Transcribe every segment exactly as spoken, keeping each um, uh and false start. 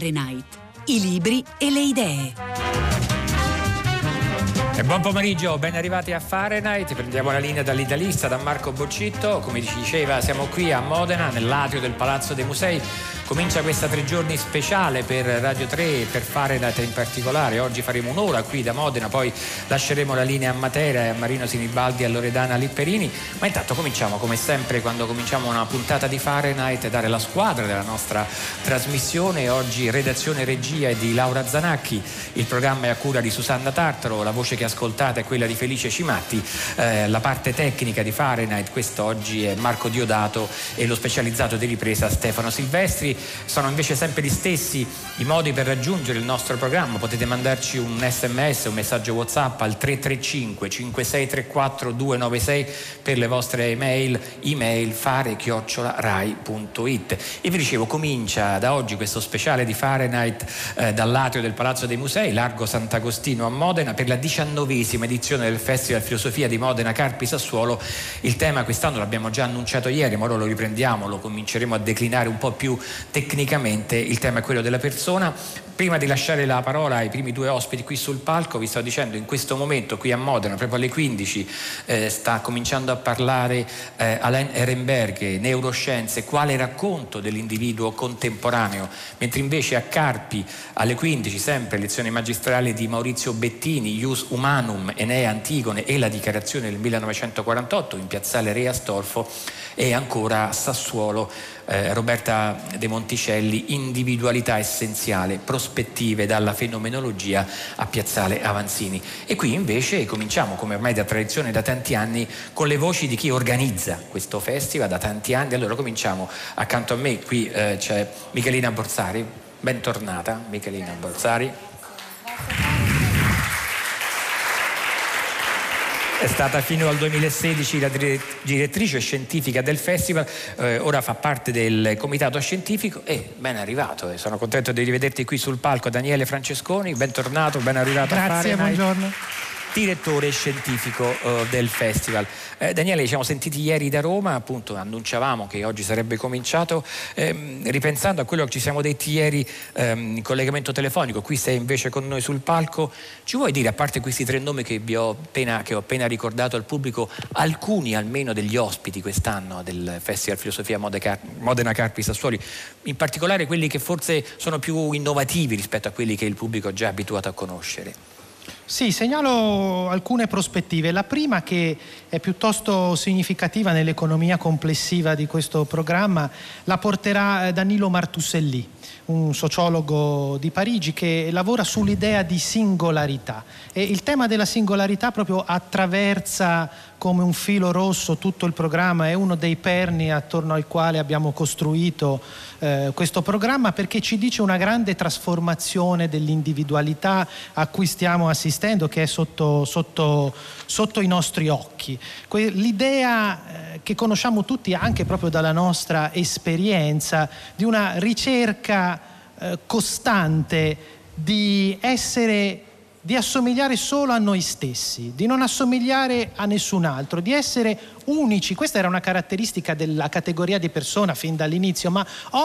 Fahrenheit, i libri e le idee. E buon pomeriggio, ben arrivati a Fahrenheit. Prendiamo la linea dall'idealista, da Marco Boccitto. Come ci diceva, siamo qui a Modena, nell'atrio del Palazzo dei Musei. Comincia questa tre giorni speciale per Radio tre e per Fahrenheit in particolare. Oggi faremo un'ora qui da Modena, poi lasceremo la linea a Matera, a Marino Sinibaldi e a Loredana Lipperini. Ma intanto cominciamo, come sempre, quando cominciamo una puntata di Fahrenheit, dare la squadra della nostra trasmissione. Oggi redazione e regia è di Laura Zanacchi, il programma è a cura di Susanna Tartaro, la voce che ascoltate è quella di Felice Cimatti, eh, la parte tecnica di Fahrenheit quest'oggi è Marco Diodato e lo specializzato di ripresa Stefano Silvestri. Sono invece sempre gli stessi i modi per raggiungere il nostro programma. Potete mandarci un sms, un messaggio WhatsApp al tre tre cinque cinque sei tre quattro due nove sei per le vostre email, email fare chiocciola rai punto it. E vi dicevo, comincia da oggi questo speciale di Fahrenheit eh, dall'atrio del Palazzo dei Musei, largo Sant'Agostino a Modena, per la diciannovesima edizione del Festival Filosofia di Modena Carpi Sassuolo. Il tema quest'anno l'abbiamo già annunciato ieri, ma ora lo riprendiamo, lo cominceremo a declinare un po' più tecnicamente. Il tema è quello della persona. Prima di lasciare la parola ai primi due ospiti qui sul palco, vi sto dicendo, in questo momento qui a Modena, proprio alle quindici, eh, sta cominciando a parlare eh, Alain Ehrenberg, neuroscienze, quale racconto dell'individuo contemporaneo, mentre invece a Carpi alle quindici, sempre lezione magistrale di Maurizio Bettini, Ius Humanum, Enea Antigone e la dichiarazione del millenovecentoquarantotto in piazzale Re Astolfo, e ancora a Sassuolo eh, Roberta De Monticelli, individualità essenziale, prospettive dalla fenomenologia a piazzale Avanzini. E qui invece cominciamo, come ormai da tradizione da tanti anni, con le voci di chi organizza questo festival da tanti anni. Allora cominciamo, accanto a me qui eh, c'è Michelina Borsari. Bentornata Michelina Borsari. È stata fino al duemilasedici la direttrice scientifica del festival, eh, ora fa parte del comitato scientifico e ben arrivato, e sono contento di rivederti qui sul palco. Daniele Francesconi, bentornato, ben arrivato. Grazie, a Fahrenheit. buongiorno. Direttore scientifico uh, del festival. Eh, Daniele, ci siamo sentiti ieri da Roma, appunto annunciavamo che oggi sarebbe cominciato, ehm, ripensando a quello che ci siamo detti ieri ehm, in collegamento telefonico. Qui sei invece con noi sul palco. Ci vuoi dire, a parte questi tre nomi che, vi ho, appena, che ho appena ricordato al pubblico, alcuni almeno degli ospiti quest'anno del Festival Filosofia Modena Carpi Sassuoli, in particolare quelli che forse sono più innovativi rispetto a quelli che il pubblico è già abituato a conoscere? Sì, segnalo alcune prospettive. La prima, che è piuttosto significativa nell'economia complessiva di questo programma, la porterà Danilo Martusselli, un sociologo di Parigi che lavora sull'idea di singolarità, e il tema della singolarità proprio attraversa come un filo rosso tutto il programma. È uno dei perni attorno al quale abbiamo costruito eh, questo programma, perché ci dice una grande trasformazione dell'individualità a cui stiamo assistendo, che è sotto, sotto, sotto i nostri occhi. Que- l'idea eh, che conosciamo tutti anche proprio dalla nostra esperienza, di una ricerca eh, costante di essere, di assomigliare solo a noi stessi, di non assomigliare a nessun altro, di essere unici. Questa era una caratteristica della categoria di persona fin dall'inizio, ma oggi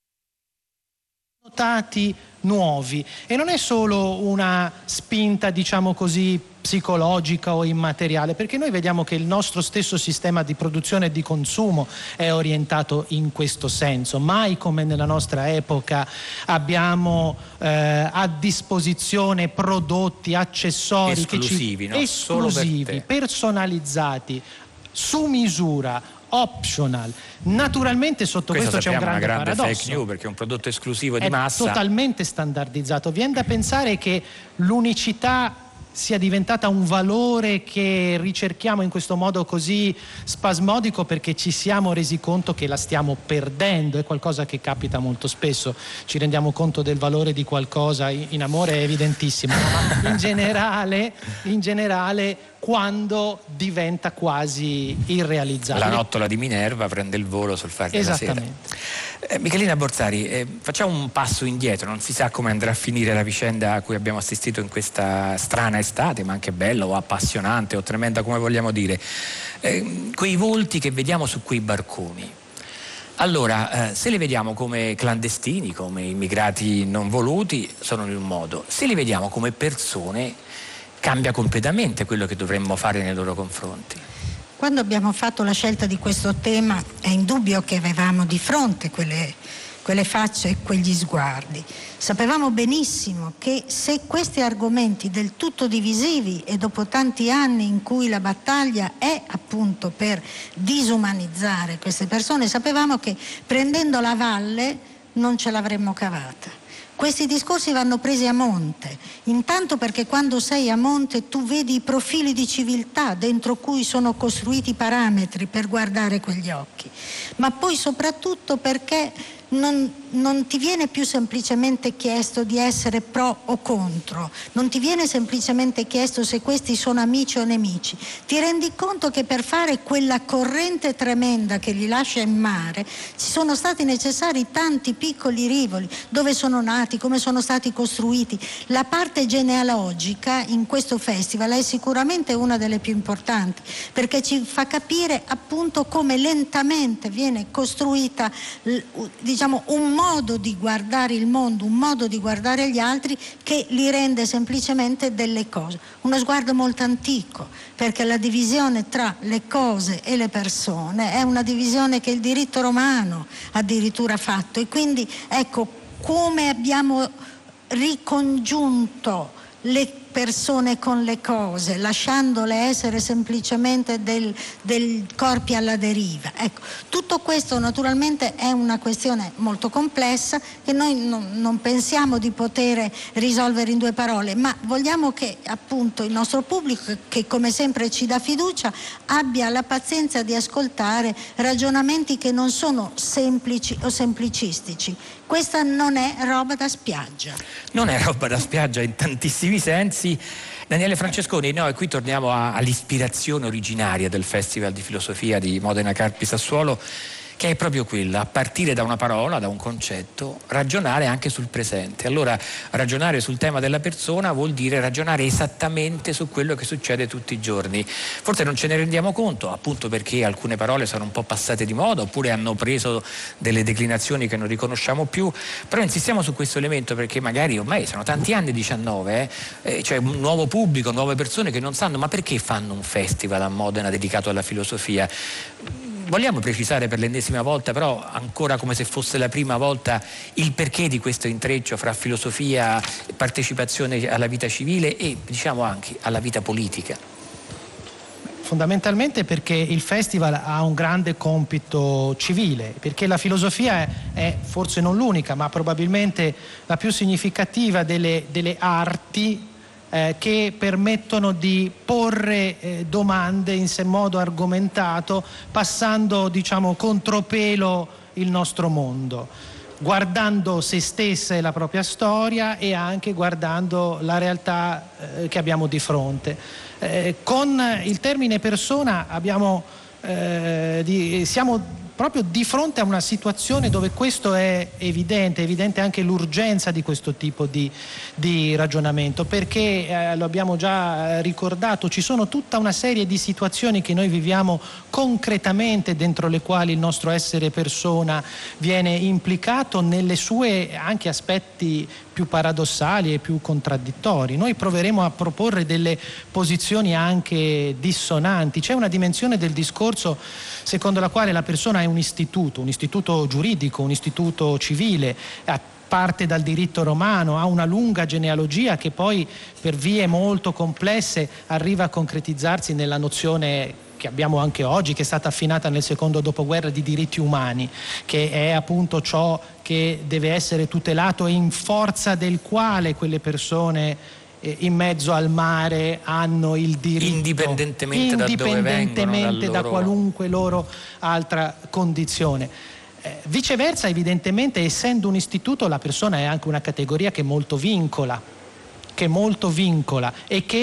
notati nuovi, e non è solo una spinta, diciamo così, psicologica o immateriale, perché noi vediamo che il nostro stesso sistema di produzione e di consumo è orientato in questo senso. Mai come nella nostra epoca abbiamo eh, a disposizione prodotti, accessori esclusivi, che ci, no? esclusivi, Solo per te, personalizzati, su misura, optional. Naturalmente sotto questo, questo c'è un grande, una grande paradosso. fake news, perché è un prodotto esclusivo di è massa, totalmente standardizzato. Viene da pensare che l'unicità sia diventata un valore che ricerchiamo in questo modo così spasmodico perché ci siamo resi conto che la stiamo perdendo. È qualcosa che capita molto spesso, ci rendiamo conto del valore di qualcosa, in amore è evidentissimo, ma in generale, in generale quando diventa quasi irrealizzabile. La nottola di Minerva prende il volo sul far della sera. Esattamente. Eh, Michelina Borsari, eh, facciamo un passo indietro, non si sa come andrà a finire la vicenda a cui abbiamo assistito in questa strana estate, ma anche bella o appassionante o tremenda, come vogliamo dire. Eh, quei volti che vediamo su quei barconi, Allora, eh, se li vediamo come clandestini, come immigrati non voluti, sono in un modo. Se li vediamo come persone, cambia completamente quello che dovremmo fare nei loro confronti. Quando abbiamo fatto la scelta di questo tema, è indubbio che avevamo di fronte quelle, quelle facce e quegli sguardi. Sapevamo benissimo che se questi argomenti del tutto divisivi, e dopo tanti anni in cui la battaglia è appunto per disumanizzare queste persone, sapevamo che prendendo la valle non ce l'avremmo cavata. Questi discorsi vanno presi a monte, intanto perché quando sei a monte tu vedi i profili di civiltà dentro cui sono costruiti i parametri per guardare quegli occhi, ma poi soprattutto perché non, non ti viene più semplicemente chiesto di essere pro o contro, non ti viene semplicemente chiesto se questi sono amici o nemici, ti rendi conto che per fare quella corrente tremenda che li lascia in mare ci sono stati necessari tanti piccoli rivoli, dove sono nati, come sono stati costruiti. La parte genealogica in questo festival è sicuramente una delle più importanti, perché ci fa capire appunto come lentamente viene costruita, diciamo, un modo di guardare il mondo, un modo di guardare gli altri che li rende semplicemente delle cose. Uno sguardo molto antico, perché la divisione tra le cose e le persone è una divisione che il diritto romano addirittura ha fatto, e quindi ecco come abbiamo ricongiunto le persone con le cose, lasciandole essere semplicemente del, del corpi alla deriva. Ecco, tutto questo naturalmente è una questione molto complessa che noi non, non pensiamo di poter risolvere in due parole, ma vogliamo che appunto il nostro pubblico, che come sempre ci dà fiducia, abbia la pazienza di ascoltare ragionamenti che non sono semplici o semplicistici. Questa non è roba da spiaggia. Non è roba da spiaggia in tantissimi sensi. Daniele Francesconi, no, e qui torniamo a, all'ispirazione originaria del Festival di Filosofia di Modena Carpi Sassuolo, che è proprio quella, a partire da una parola, da un concetto, ragionare anche sul presente. Allora, ragionare sul tema della persona vuol dire ragionare esattamente su quello che succede tutti i giorni. Forse non ce ne rendiamo conto, appunto perché alcune parole sono un po' passate di moda, oppure hanno preso delle declinazioni che non riconosciamo più, però insistiamo su questo elemento perché magari ormai sono tanti anni, diciannove, eh, c'è un nuovo pubblico, nuove persone che non sanno ma perché fanno un festival a Modena dedicato alla filosofia. Vogliamo precisare per l'ennesima volta, però ancora come se fosse la prima volta, il perché di questo intreccio fra filosofia, partecipazione alla vita civile e diciamo anche alla vita politica? Fondamentalmente perché il festival ha un grande compito civile, perché la filosofia è, è forse non l'unica, ma probabilmente la più significativa delle, delle arti Eh, che permettono di porre eh, domande in sé modo argomentato, passando diciamo contropelo il nostro mondo, guardando se stessa e la propria storia e anche guardando la realtà eh, che abbiamo di fronte. Eh, con il termine persona abbiamo, eh, di, siamo proprio di fronte a una situazione dove questo è evidente, è evidente anche l'urgenza di questo tipo di, di ragionamento, perché eh, lo abbiamo già ricordato, ci sono tutta una serie di situazioni che noi viviamo concretamente, dentro le quali il nostro essere persona viene implicato nelle sue anche aspetti più paradossali e più contraddittori. Noi proveremo a proporre delle posizioni anche dissonanti. C'è una dimensione del discorso secondo la quale la persona è un istituto, un istituto giuridico, un istituto civile, parte dal diritto romano, ha una lunga genealogia che poi per vie molto complesse arriva a concretizzarsi nella nozione che abbiamo anche oggi, che è stata affinata nel secondo dopoguerra, di diritti umani, che è appunto ciò che deve essere tutelato e in forza del quale quelle persone eh, in mezzo al mare hanno il diritto, indipendentemente, indipendentemente da, dove vengono, da loro... qualunque loro altra condizione. Eh, viceversa, evidentemente, essendo un istituto, la persona è anche una categoria che molto vincola, che molto vincola e che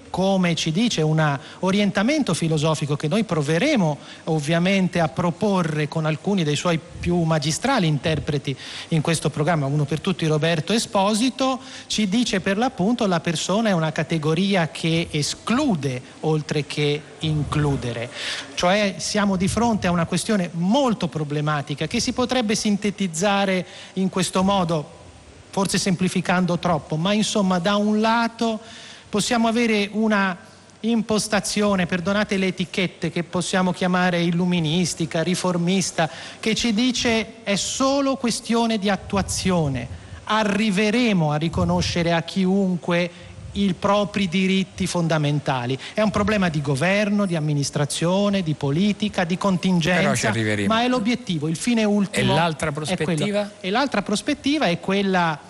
come ci dice un orientamento filosofico che noi proveremo ovviamente a proporre con alcuni dei suoi più magistrali interpreti in questo programma, uno per tutti Roberto Esposito, ci dice per l'appunto la persona è una categoria che esclude oltre che includere, cioè siamo di fronte a una questione molto problematica che si potrebbe sintetizzare in questo modo, forse semplificando troppo, ma insomma da un lato possiamo avere una impostazione, perdonate le etichette, che possiamo chiamare illuministica, riformista, che ci dice è solo questione di attuazione, arriveremo a riconoscere a chiunque i propri diritti fondamentali. È un problema di governo, di amministrazione, di politica, di contingenza, però ci arriveremo. Ma è l'obiettivo, il fine ultimo. E l'altra prospettiva? E l'altra prospettiva è quella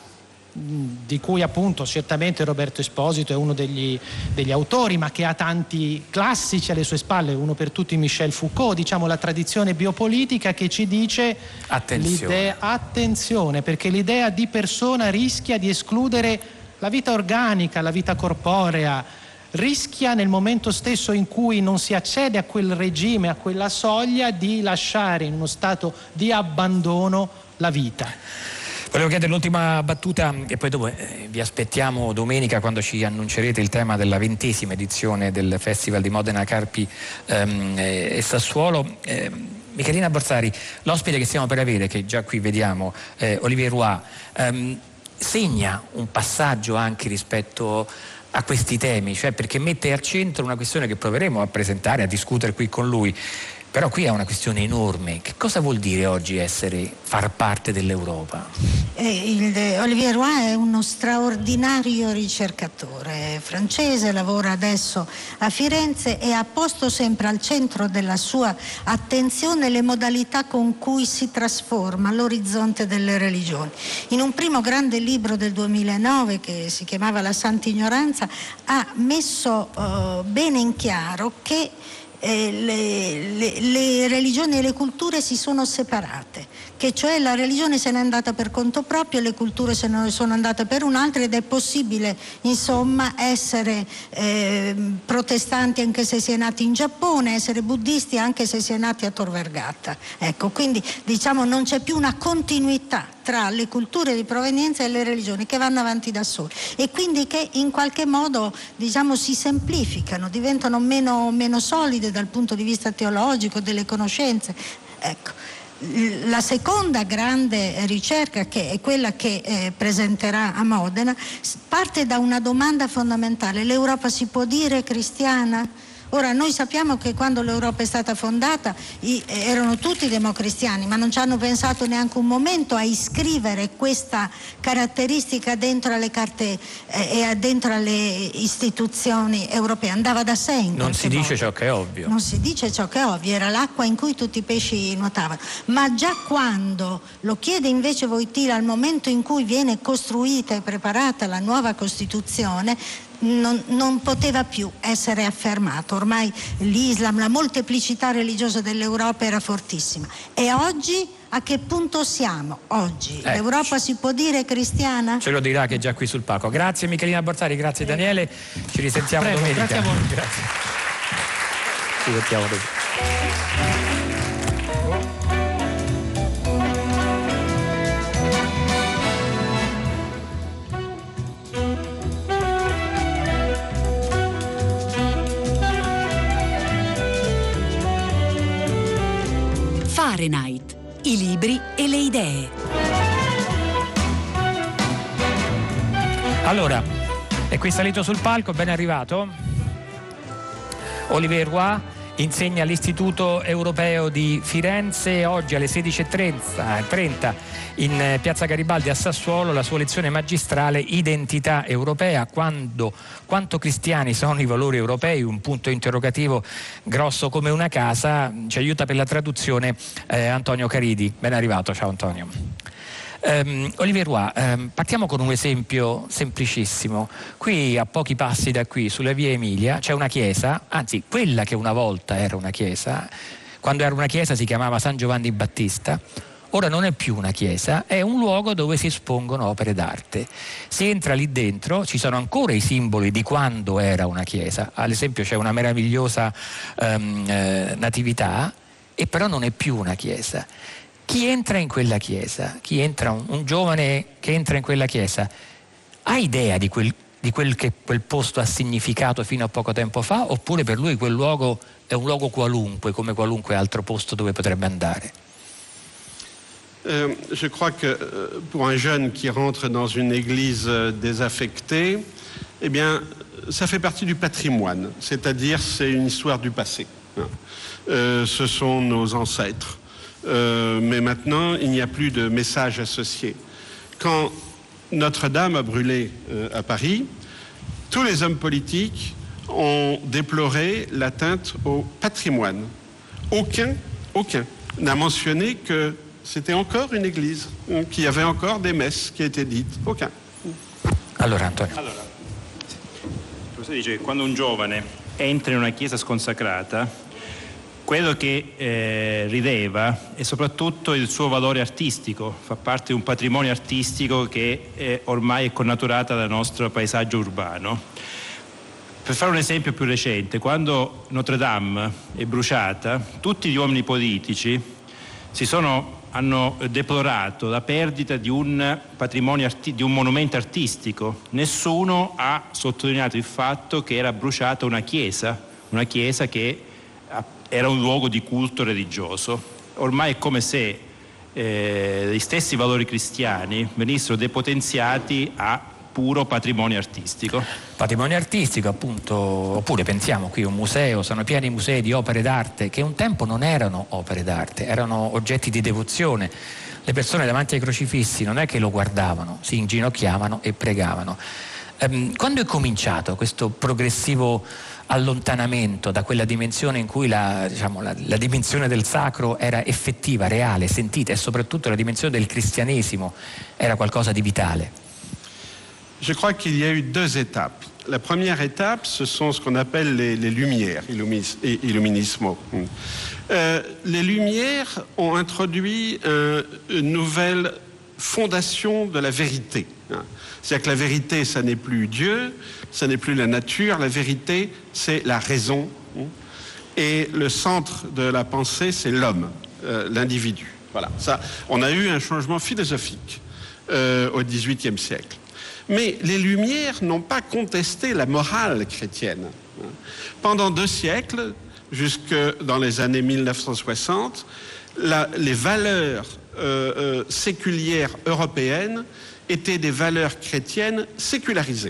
di cui appunto certamente Roberto Esposito è uno degli, degli autori, ma che ha tanti classici alle sue spalle, uno per tutti Michel Foucault, diciamo la tradizione biopolitica che ci dice attenzione, l'idea, attenzione perché l'idea di persona rischia di escludere la vita organica, la vita corporea, rischia nel momento stesso in cui non si accede a quel regime, a quella soglia, di lasciare in uno stato di abbandono la vita. Volevo chiedere l'ultima battuta e poi dopo eh, vi aspettiamo domenica quando ci annuncerete il tema della ventesima edizione del Festival di Modena, Carpi ehm, e Sassuolo. Eh, Michelina Borsari, l'ospite che stiamo per avere, che già qui vediamo, eh, Olivier Roy, ehm, segna un passaggio anche rispetto a questi temi, cioè perché mette al centro una questione che proveremo a presentare, a discutere qui con lui. Però qui è una questione enorme. Che cosa vuol dire oggi essere, far parte dell'Europa? Eh, il, Olivier Roy è uno straordinario ricercatore francese, lavora adesso a Firenze e ha posto sempre al centro della sua attenzione le modalità con cui si trasforma l'orizzonte delle religioni. In un primo grande libro del duemilanove che si chiamava La Santa Ignoranza ha messo eh, bene in chiaro che Eh, le, le, le religioni e le culture si sono separate, che cioè la religione se n'è andata per conto proprio, le culture se ne sono andate per un altro ed è possibile insomma essere eh, protestanti anche se si è nati in Giappone, essere buddisti anche se si è nati a Tor Vergata. Ecco, quindi diciamo non c'è più una continuità tra le culture di provenienza e le religioni che vanno avanti da sole e quindi che in qualche modo diciamo si semplificano, diventano meno, meno solide dal punto di vista teologico, delle conoscenze. Ecco. La seconda grande ricerca, che è quella che eh, presenterà a Modena, parte da una domanda fondamentale: l'Europa si può dire cristiana? Ora, noi sappiamo che quando l'Europa è stata fondata i, erano tutti democristiani, ma non ci hanno pensato neanche un momento a iscrivere questa caratteristica dentro alle carte eh, e dentro alle istituzioni europee. Andava da sé in Non si modo. dice ciò che è ovvio. Non si dice ciò che è ovvio, era l'acqua in cui tutti i pesci nuotavano. Ma già quando lo chiede invece Wojtyla, al momento in cui viene costruita e preparata la nuova Costituzione, Non, non poteva più essere affermato. Ormai l'Islam, la molteplicità religiosa dell'Europa era fortissima. E oggi a che punto siamo? Oggi eh, l'Europa si può dire cristiana? Ce lo dirà che è già qui sul palco. Grazie Michelina Borsari, grazie Prego. Daniele, ci risentiamo Prego, domenica. grazie a voi. Grazie. Ci sentiamo domenica. Fahrenheit, i libri e le idee. Allora, è qui salito sul palco, ben arrivato. Olivier Roy insegna all'Istituto Europeo di Firenze. Oggi alle sedici e trenta in Piazza Garibaldi a Sassuolo la sua lezione magistrale Identità europea, quando, quanto cristiani sono i valori europei, un punto interrogativo grosso come una casa. Ci aiuta per la traduzione eh, Antonio Caridi. Ben arrivato, ciao Antonio. Um, Olivier Roy, um, partiamo con un esempio semplicissimo. Qui a pochi passi da qui, sulla via Emilia, c'è una chiesa, anzi quella che una volta era una chiesa. Quando era una chiesa si chiamava San Giovanni Battista. Ora non è più una chiesa, è un luogo dove si espongono opere d'arte. Si entra lì dentro, ci sono ancora i simboli di quando era una chiesa, ad esempio c'è una meravigliosa um, eh, natività, e però non è più una chiesa. Chi entra in quella chiesa, chi entra, un, un giovane che entra in quella chiesa, ha idea di quel, di quel che quel posto ha significato fino a poco tempo fa, oppure per lui quel luogo è un luogo qualunque, come qualunque altro posto dove potrebbe andare? Euh, je crois que pour un jeune qui rentre dans une église désaffectée, eh bien, ça fait partie du patrimoine, c'est-à-dire c'est une histoire du passé. Euh, ce sont nos ancêtres. Euh, mais maintenant, il n'y a plus de message associé. Quand Notre-Dame a brûlé euh, à Paris, tous les hommes politiques ont déploré l'atteinte au patrimoine. Aucun, aucun n'a mentionné que c'était encore une église, qu'il y avait encore des messes qui étaient dites. Aucun. Allora, Antonio. Allora, il professore dice che quando un giovane entra in una chiesa sconsacrata, quello che eh, rileva è soprattutto il suo valore artistico, fa parte di un patrimonio artistico che è, ormai è connaturata dal nostro paesaggio urbano. Per fare un esempio più recente, quando Notre Dame è bruciata, tutti gli uomini politici si sono hanno deplorato la perdita di un patrimonio arti- di un monumento artistico. Nessuno ha sottolineato il fatto che era bruciata una chiesa, una chiesa che era un luogo di culto religioso. Ormai è come se eh, gli stessi valori cristiani venissero depotenziati a puro patrimonio artistico. Patrimonio artistico, appunto, oppure pensiamo qui a un museo, sono pieni musei di opere d'arte che un tempo non erano opere d'arte, erano oggetti di devozione. Le persone davanti ai crocifissi non è che lo guardavano, si inginocchiavano e pregavano. Ehm, quando è cominciato questo progressivo allontanamento da quella dimensione in cui la, diciamo, la, la dimensione del sacro era effettiva, reale, sentita, e soprattutto la dimensione del cristianesimo era qualcosa di vitale? Je crois qu'il y a eu deux étapes. La première étape, ce sont ce qu'on appelle les, les Lumières, Illuminismo. Euh, les Lumières ont introduit un, une nouvelle fondation de la vérité. C'est-à-dire que la vérité, ça n'est plus Dieu, ça n'est plus la nature, la vérité, c'est la raison. Et le centre de la pensée, c'est l'homme, euh, l'individu. Voilà. Ça, on a eu un changement philosophique euh, au dix-huitième siècle. Mais les Lumières n'ont pas contesté la morale chrétienne. Pendant deux siècles, jusque dans les années mille neuf cent soixante, la, les valeurs euh, euh, séculières européennes étaient des valeurs chrétiennes sécularisées.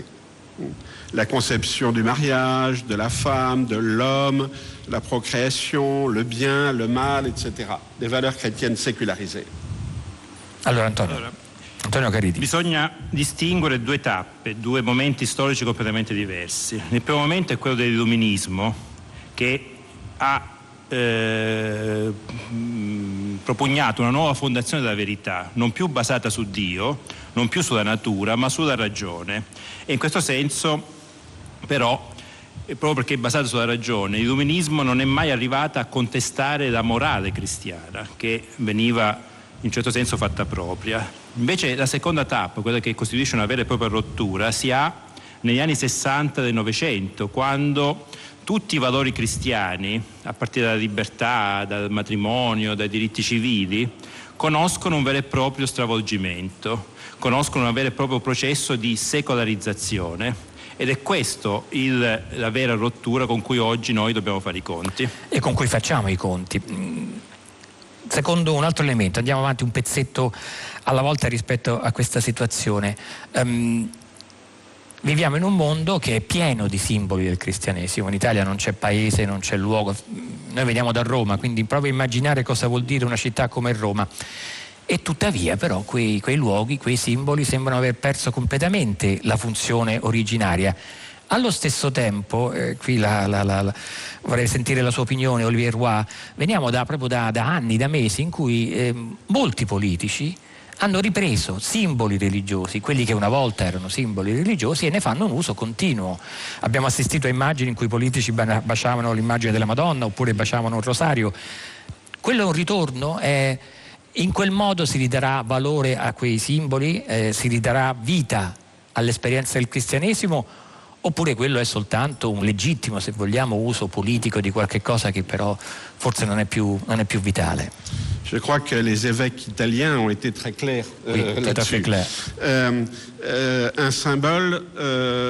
La conception du mariage, de la femme, de l'homme, la procréation, le bien, le mal, et cetera. Des valeurs chrétiennes sécularisées. Allora, Antonio. Allora. Antonio Caridi. Bisogna distinguere due tappe, due momenti storici completamente diversi. Il primo momento è quello dell'illuminismo, che ha eh, propugnato una nuova fondazione della verità, non più basata su Dio, non più sulla natura, ma sulla ragione. E in questo senso, però, proprio perché è basato sulla ragione, l'illuminismo non è mai arrivato a contestare la morale cristiana, che veniva in certo senso fatta propria. Invece la seconda tappa, quella che costituisce una vera e propria rottura, si ha negli anni sessanta del Novecento, quando tutti i valori cristiani, a partire dalla libertà, dal matrimonio, dai diritti civili, conoscono un vero e proprio stravolgimento, conoscono un vero e proprio processo di secolarizzazione. Ed è questo il, la vera rottura con cui oggi noi dobbiamo fare i conti. E con cui facciamo i conti. Secondo un altro elemento, andiamo avanti un pezzetto alla volta rispetto a questa situazione. Um, viviamo in un mondo che è pieno di simboli del cristianesimo. In Italia non c'è paese, non c'è luogo. Noi veniamo da Roma, quindi proprio immaginare cosa vuol dire una città come Roma. E tuttavia però quei, quei luoghi, quei simboli sembrano aver perso completamente la funzione originaria. Allo stesso tempo, eh, qui la, la, la, la, vorrei sentire la sua opinione, Olivier Roy, veniamo da, proprio da, da anni, da mesi in cui eh, molti politici hanno ripreso simboli religiosi, quelli che una volta erano simboli religiosi, e ne fanno un uso continuo. Abbiamo assistito a immagini in cui i politici baciavano l'immagine della Madonna oppure baciavano un rosario. Quello è un ritorno? È, In quel modo si ridarà valore a quei simboli, eh, si ridarà vita all'esperienza del cristianesimo, oppure quello è soltanto un legittimo, se vogliamo, uso politico di qualche cosa che però forse non è più, non è più vitale? Je crois que les évêques italiens ont été très clairs euh, oui, là-dessus. Euh, euh, un symbole euh,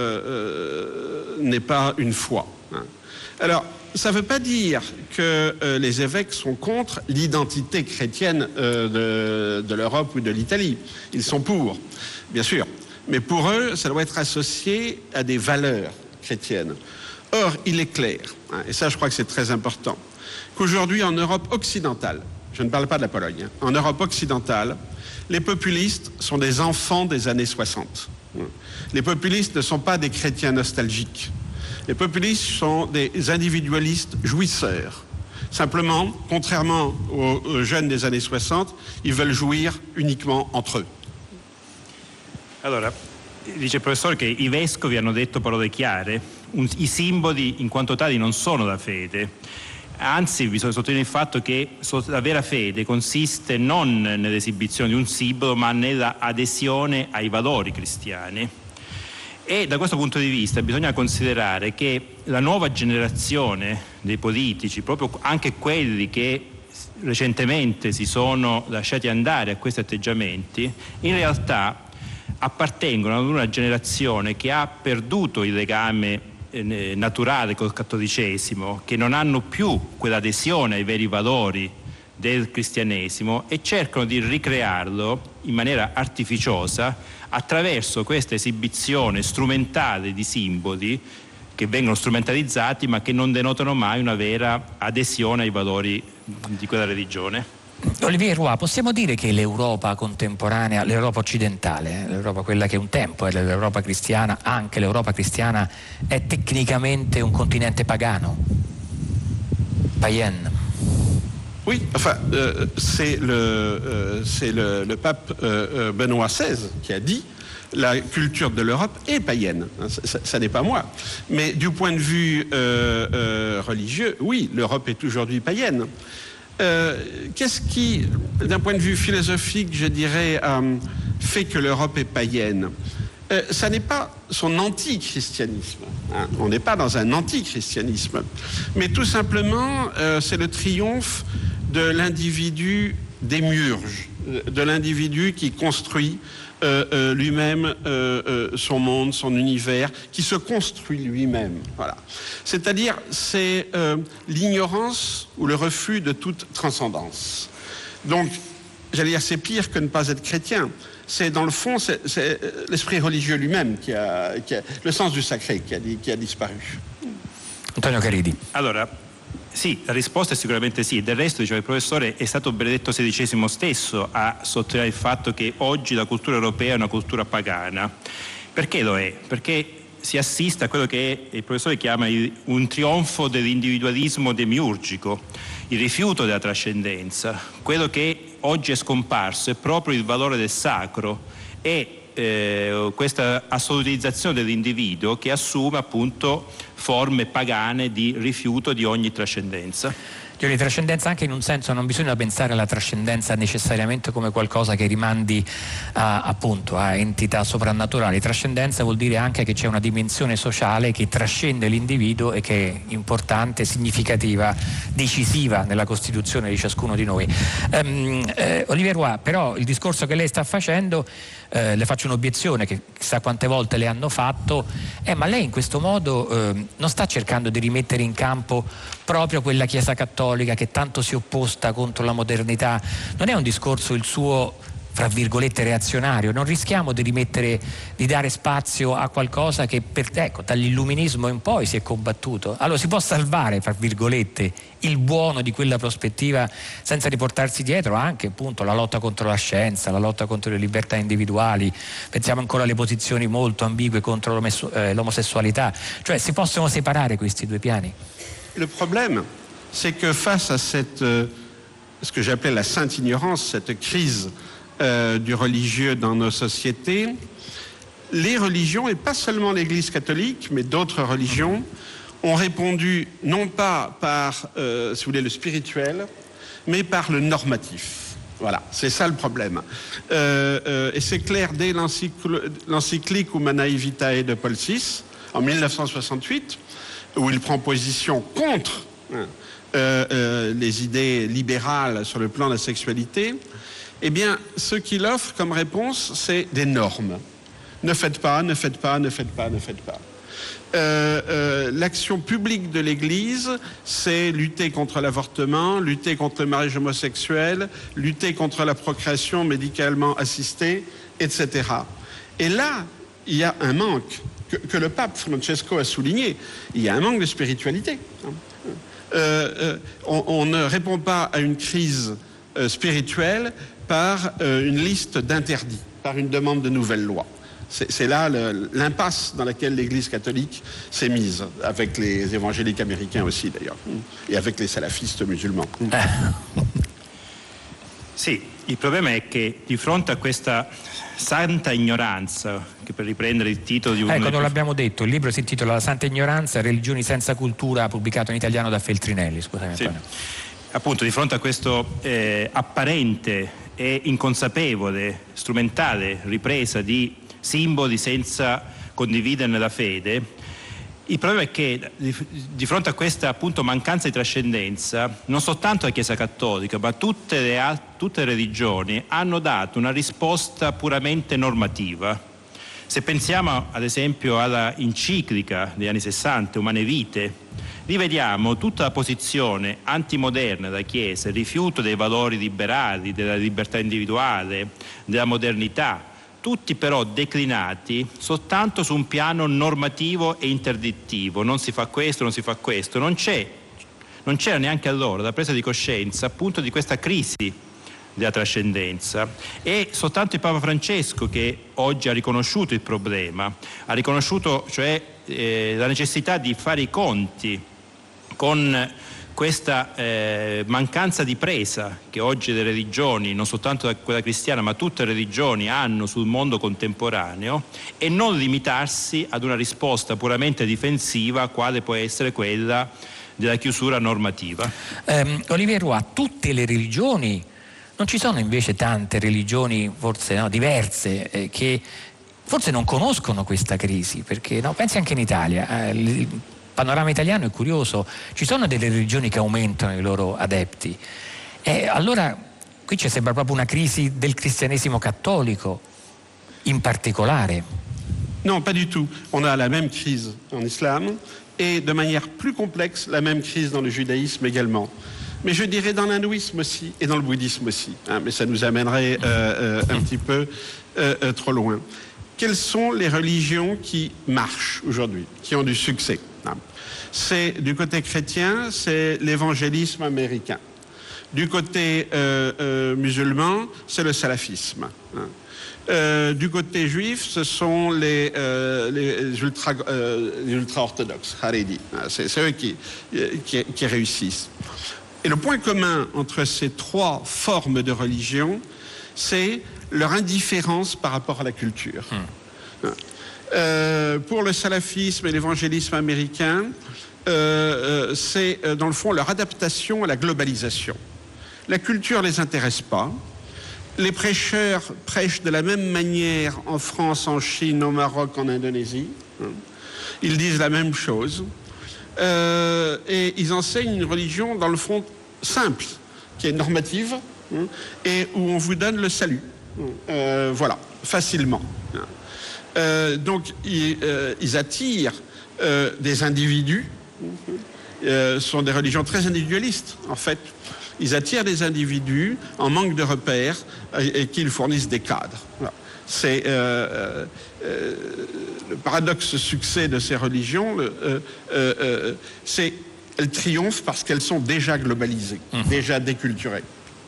euh, n'est pas une foi. Hein. Alors, ça ne veut pas dire que euh, les évêques sont contre l'identité chrétienne euh, de, de l'Europe ou de l'Italie. Ils sont pour, bien sûr. Mais pour eux, ça doit être associé à des valeurs chrétiennes. Or, il est clair, hein, et ça je crois que c'est très important, qu'aujourd'hui en Europe occidentale, je ne parle pas de la Pologne, hein, en Europe occidentale, les populistes sont des enfants des années soixante. Les populistes ne sont pas des chrétiens nostalgiques. Les populistes sont des individualistes jouisseurs. Simplement, contrairement aux, aux jeunes des années soixante, ils veulent jouir uniquement entre eux. Allora, dice il professore che i vescovi hanno detto parole chiare, un, i simboli in quanto tali non sono da fede, anzi bisogna sottolineare il fatto che la vera fede consiste non nell'esibizione di un simbolo ma nella adesione ai valori cristiani. E da questo punto di vista bisogna considerare che la nuova generazione dei politici, proprio anche quelli che recentemente si sono lasciati andare a questi atteggiamenti, in realtà appartengono ad una generazione che ha perduto il legame eh, naturale col cattolicesimo, che non hanno più quell'adesione ai veri valori del cristianesimo e cercano di ricrearlo in maniera artificiosa attraverso questa esibizione strumentale di simboli che vengono strumentalizzati ma che non denotano mai una vera adesione ai valori di quella religione. Olivier Roy, possiamo dire che l'Europa contemporanea, l'Europa occidentale, eh, l'Europa quella che un tempo era l'Europa cristiana, anche l'Europa cristiana è tecnicamente un continente pagano? Païen? Oui, enfin, euh, c'est le, euh, c'est le, le pape euh, Benoît seize qui a dit la culture de l'Europe est païenne. Ça, ça n'est pas moi. Mais du point de vue euh, euh, religieux, oui, l'Europe est aujourd'hui païenne. Euh, qu'est-ce qui, d'un point de vue philosophique, je dirais, euh, fait que l'Europe est païenne? Euh, ça n'est pas son antichristianisme. Hein. On n'est pas dans un antichristianisme. Mais tout simplement, euh, c'est le triomphe de l'individu démiurge, de l'individu qui construit euh, euh, lui-même euh, euh, son monde, son univers, qui se construit lui-même. Voilà. C'est-à-dire, c'est euh, l'ignorance ou le refus de toute transcendance. Donc, j'allais dire, c'est pire que ne pas être chrétien. C'est, dans le fond, c'est, c'est l'esprit religieux lui-même qui a, qui a, le sens du sacré qui a, qui a disparu. Antonio Caridi. Allora, sì, la risposta è sicuramente sì. Del resto, diceva il professore, è stato Benedetto sedicesimo stesso a sottolineare il fatto che oggi la cultura europea è una cultura pagana. Perché lo è? Perché si assiste a quello che il professore chiama un trionfo dell'individualismo demiurgico, il rifiuto della trascendenza. Quello che oggi è scomparso è proprio il valore del sacro e eh, questa assolutizzazione dell'individuo che assume appunto forme pagane di rifiuto di ogni trascendenza. Di trascendenza anche in un senso, non bisogna pensare alla trascendenza necessariamente come qualcosa che rimandi a, appunto a entità soprannaturali. Trascendenza vuol dire anche che c'è una dimensione sociale che trascende l'individuo e che è importante, significativa, decisiva nella costituzione di ciascuno di noi. Um, eh, Olivier Roy, però il discorso che lei sta facendo, eh, le faccio un'obiezione che chissà quante volte le hanno fatto, eh, ma lei in questo modo eh, non sta cercando di rimettere in campo proprio quella Chiesa cattolica che tanto si è opposta contro la modernità. Non è un discorso il suo, fra virgolette, reazionario? Non rischiamo di rimettere, di dare spazio a qualcosa che per, ecco, dall'illuminismo in poi si è combattuto? Allora si può salvare, fra virgolette, il buono di quella prospettiva senza riportarsi dietro anche appunto la lotta contro la scienza, la lotta contro le libertà individuali. Pensiamo ancora alle posizioni molto ambigue contro l'omosessualità. Cioè si possono separare questi due piani? Le problème, c'est que face à cette, euh, ce que j'appelais la sainte ignorance, cette crise euh, du religieux dans nos sociétés, les religions, et pas seulement l'Église catholique, mais d'autres religions, ont répondu non pas par, euh, si vous voulez, le spirituel, mais par le normatif. Voilà, c'est ça le problème. Euh, euh, et c'est clair dès l'encyclique Humanae Vitae de Paul six, en mille neuf cent soixante-huit, où il prend position contre euh, euh, les idées libérales sur le plan de la sexualité. Eh bien, ce qu'il offre comme réponse, c'est des normes. Ne faites pas, ne faites pas, ne faites pas, ne faites pas. Euh, euh, l'action publique de l'Église, c'est lutter contre l'avortement, lutter contre le mariage homosexuel, lutter contre la procréation médicalement assistée, et cetera. Et là, il y a un manque que, que le pape Francesco a souligné. Il y a un manque de spiritualité. Euh, euh, on, on ne répond pas à une crise euh, spirituelle par euh, une liste d'interdits, par une demande de nouvelles lois. C'est là l'impasse dans laquelle l'Église catholique s'est mise, avec les évangéliques américains aussi d'ailleurs, et avec les salafistes musulmans. Sì, il problema è che di fronte a questa santa ignoranza, che per riprendere il titolo di un... Ecco, non l'abbiamo detto, il libro si intitola La Santa Ignoranza, religioni senza cultura, pubblicato in italiano da Feltrinelli, scusami. Sì. Appunto, di fronte a questo eh, apparente e inconsapevole, strumentale ripresa di simboli senza condividerne la fede, il problema è che di, di fronte a questa appunto mancanza di trascendenza, non soltanto la Chiesa Cattolica, ma tutte le, tutte le religioni hanno dato una risposta puramente normativa. Se pensiamo ad esempio alla enciclica degli anni sessanta, Umane Vite, rivediamo tutta la posizione antimoderna della Chiesa, il rifiuto dei valori liberali, della libertà individuale, della modernità, tutti però declinati soltanto su un piano normativo e interdittivo. Non si fa questo, non si fa questo. Non c'è, non c'era neanche allora la presa di coscienza appunto di questa crisi della trascendenza. È soltanto il Papa Francesco che oggi ha riconosciuto il problema, ha riconosciuto cioè eh, la necessità di fare i conti con questa eh, mancanza di presa che oggi le religioni, non soltanto quella cristiana ma tutte le religioni hanno sul mondo contemporaneo, e non limitarsi ad una risposta puramente difensiva quale può essere quella della chiusura normativa. Um, Olivier Roy, tutte le religioni, non ci sono invece tante religioni forse no, diverse eh, che forse non conoscono questa crisi, perché no, pensi anche in Italia, eh, il panorama italiano è curioso, ci sono delle religioni che aumentano i loro adepti e allora qui ci sembra proprio una crisi del cristianesimo cattolico in particolare. Non, pas du tout. On a la même crise en islam et de manière plus complexe la même crise dans le judaïsme également. Mais je dirais dans l'hindouisme aussi et dans le bouddhisme aussi, hein, mais ça nous amènerait euh, euh, un petit peu euh, euh, trop loin. Quelles sont les religions qui marchent aujourd'hui, qui ont du succès? C'est du côté chrétien, c'est l'évangélisme américain. Du côté euh, euh, musulman, c'est le salafisme. Euh, du côté juif, ce sont les, euh, les ultra, euh, les ultra-orthodoxes, Haredi. C'est eux qui, qui, qui réussissent. Et le point commun entre ces trois formes de religion, c'est leur indifférence par rapport à la culture. Hum. Euh, pour le salafisme et l'évangélisme américain, euh, c'est euh, dans le fond leur adaptation à la globalisation. La culture ne les intéresse pas. Les prêcheurs prêchent de la même manière en France, en Chine, au Maroc, en Indonésie. Ils disent la même chose. Euh, et ils enseignent une religion, dans le fond, simple, qui est normative, hein, et où on vous donne le salut. Euh, voilà, facilement. Euh, donc, ils, euh, ils attirent euh, des individus. Euh, ce sont des religions très individualistes, en fait. Ils attirent des individus en manque de repères et, et qu'ils fournissent des cadres. Voilà. C'est euh, euh, le paradoxe succès de ces religions, le, euh, euh, c'est elles triomphent parce qu'elles sont déjà globalisées, mmh. déjà déculturées.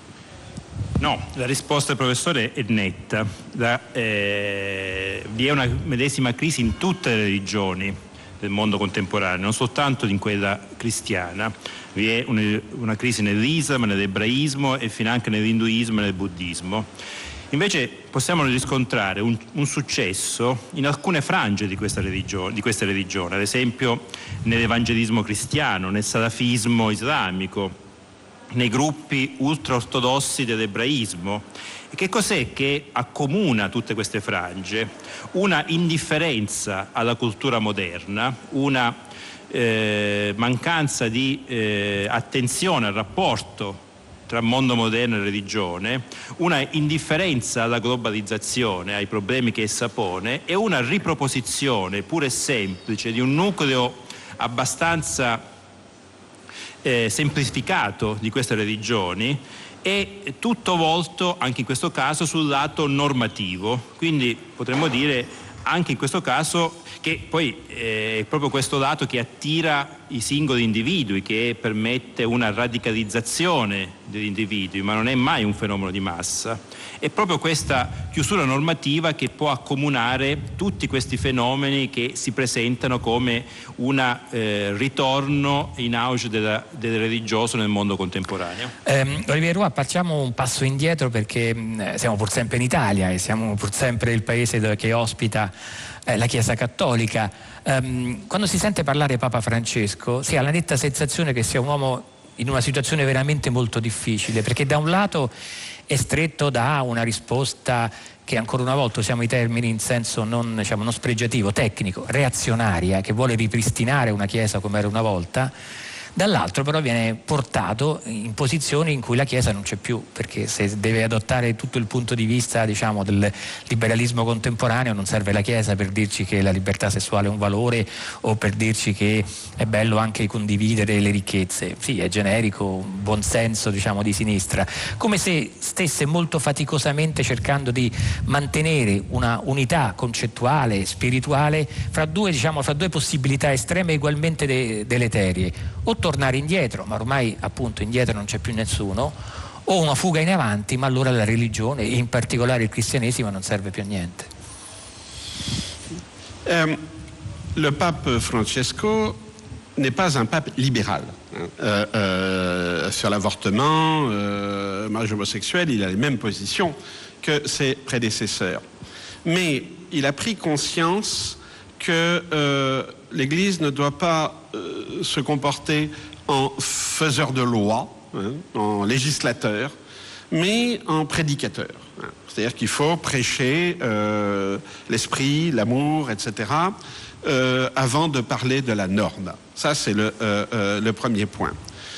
No, la risposta del professore è netta. La, eh, vi è una medesima crisi in tutte le religioni del mondo contemporaneo, non soltanto in quella cristiana. Vi è una, una crisi nell'Islam, nell'ebraismo e finanche nell'induismo e nel buddismo. Invece possiamo riscontrare un, un successo in alcune frange di questa religione, di queste religioni, ad esempio nell'evangelismo cristiano, nel salafismo islamico, nei gruppi ultraortodossi dell'ebraismo. E che cos'è che accomuna tutte queste frange? Una indifferenza alla cultura moderna, una eh, mancanza di eh, attenzione al rapporto tra mondo moderno e religione, una indifferenza alla globalizzazione, ai problemi che essa pone, e una riproposizione pura e semplice di un nucleo abbastanza eh, semplificato di queste religioni, e tutto volto anche in questo caso sul lato normativo. Quindi potremmo dire anche in questo caso che poi è proprio questo lato che attira i singoli individui, che permette una radicalizzazione degli individui, ma non è mai un fenomeno di massa. È proprio questa chiusura normativa che può accomunare tutti questi fenomeni che si presentano come un eh, ritorno in auge della, del religioso nel mondo contemporaneo. Eh, Olivier Roy, facciamo un passo indietro, perché mh, siamo pur sempre in Italia e siamo pur sempre il paese che ospita eh, la Chiesa Cattolica. Um, quando si sente parlare Papa Francesco si ha la netta sensazione che sia un uomo in una situazione veramente molto difficile, perché da un lato è stretto da una risposta che, ancora una volta usiamo i termini in senso non, diciamo, non spregiativo, tecnico, reazionaria, che vuole ripristinare una Chiesa come era una volta. Dall'altro però viene portato in posizioni in cui la Chiesa non c'è più, perché se deve adottare tutto il punto di vista, diciamo, del liberalismo contemporaneo, non serve la Chiesa per dirci che la libertà sessuale è un valore o per dirci che è bello anche condividere le ricchezze. Sì, è generico, un buon senso, diciamo, di sinistra, come se stesse molto faticosamente cercando di mantenere una unità concettuale, spirituale fra due, diciamo, fra due possibilità estreme ugualmente de- deleterie. O tornare indietro, ma ormai appunto indietro non c'è più nessuno, o una fuga in avanti, ma allora la religione e in particolare il cristianesimo non serve più a niente. Euh, le pape Francesco n'est pas un pape libéral. Euh, euh, sur l'avortement, euh, mariage homosexuel, il a les mêmes positions que ses prédécesseurs. Mais il a pris conscience que euh, l'Église ne doit pas euh, se comporter en faiseur de loi, hein, en législateur, mais en prédicateur. Hein. C'est-à-dire qu'il faut prêcher euh, l'esprit, l'amour, et cetera, euh, avant de parler de la norme. Ça, c'est le, euh, euh, le premier point.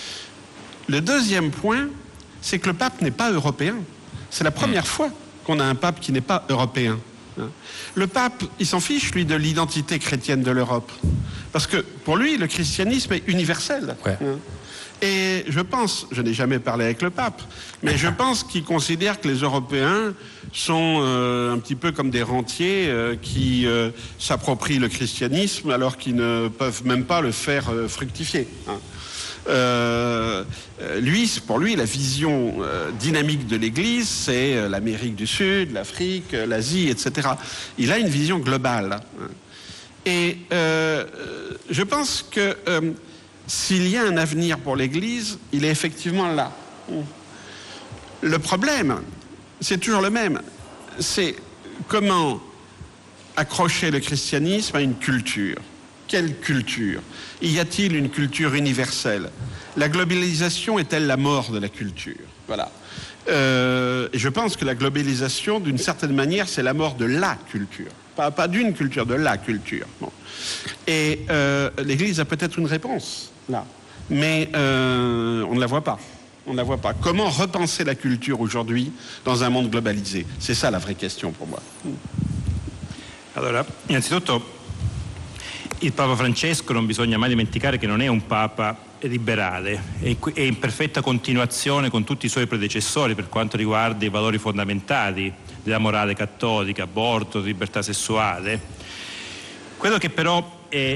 Le deuxième point, c'est que le pape n'est pas européen. C'est la première fois qu'on a un pape qui n'est pas européen. Le pape, il s'en fiche, lui, de l'identité chrétienne de l'Europe. Parce que, pour lui, le christianisme est universel. Ouais. Et je pense, je n'ai jamais parlé avec le pape, mais je pense qu'il considère que les Européens sont euh, un petit peu comme des rentiers euh, qui euh, s'approprient le christianisme alors qu'ils ne peuvent même pas le faire euh, fructifier. Hein. Euh, lui, pour lui, la vision euh, dynamique de l'Église, c'est euh, l'Amérique du Sud, l'Afrique, euh, l'Asie, et cetera. Il a une vision globale. Hein. Et euh, je pense que euh, s'il y a un avenir pour l'Église, il est effectivement là. Le problème, c'est toujours le même. C'est comment accrocher le christianisme à une culture. Quelle culture? Y a-t-il une culture universelle? La globalisation est-elle la mort de la culture? Voilà. Euh, et je pense que la globalisation, d'une certaine manière, c'est la mort de la culture. Pas, pas d'une culture, de la culture. Bon. Et euh, l'Église a peut-être une réponse, là. Mais euh, on ne la voit pas. On ne la voit pas. Comment repenser la culture aujourd'hui dans un monde globalisé? C'est ça la vraie question pour moi. Allora, innanzitutto, il Papa Francesco non bisogna mai dimenticare che non è un Papa liberale, è in perfetta continuazione con tutti i suoi predecessori per quanto riguarda i valori fondamentali della morale cattolica, aborto, libertà sessuale. Quello che però è,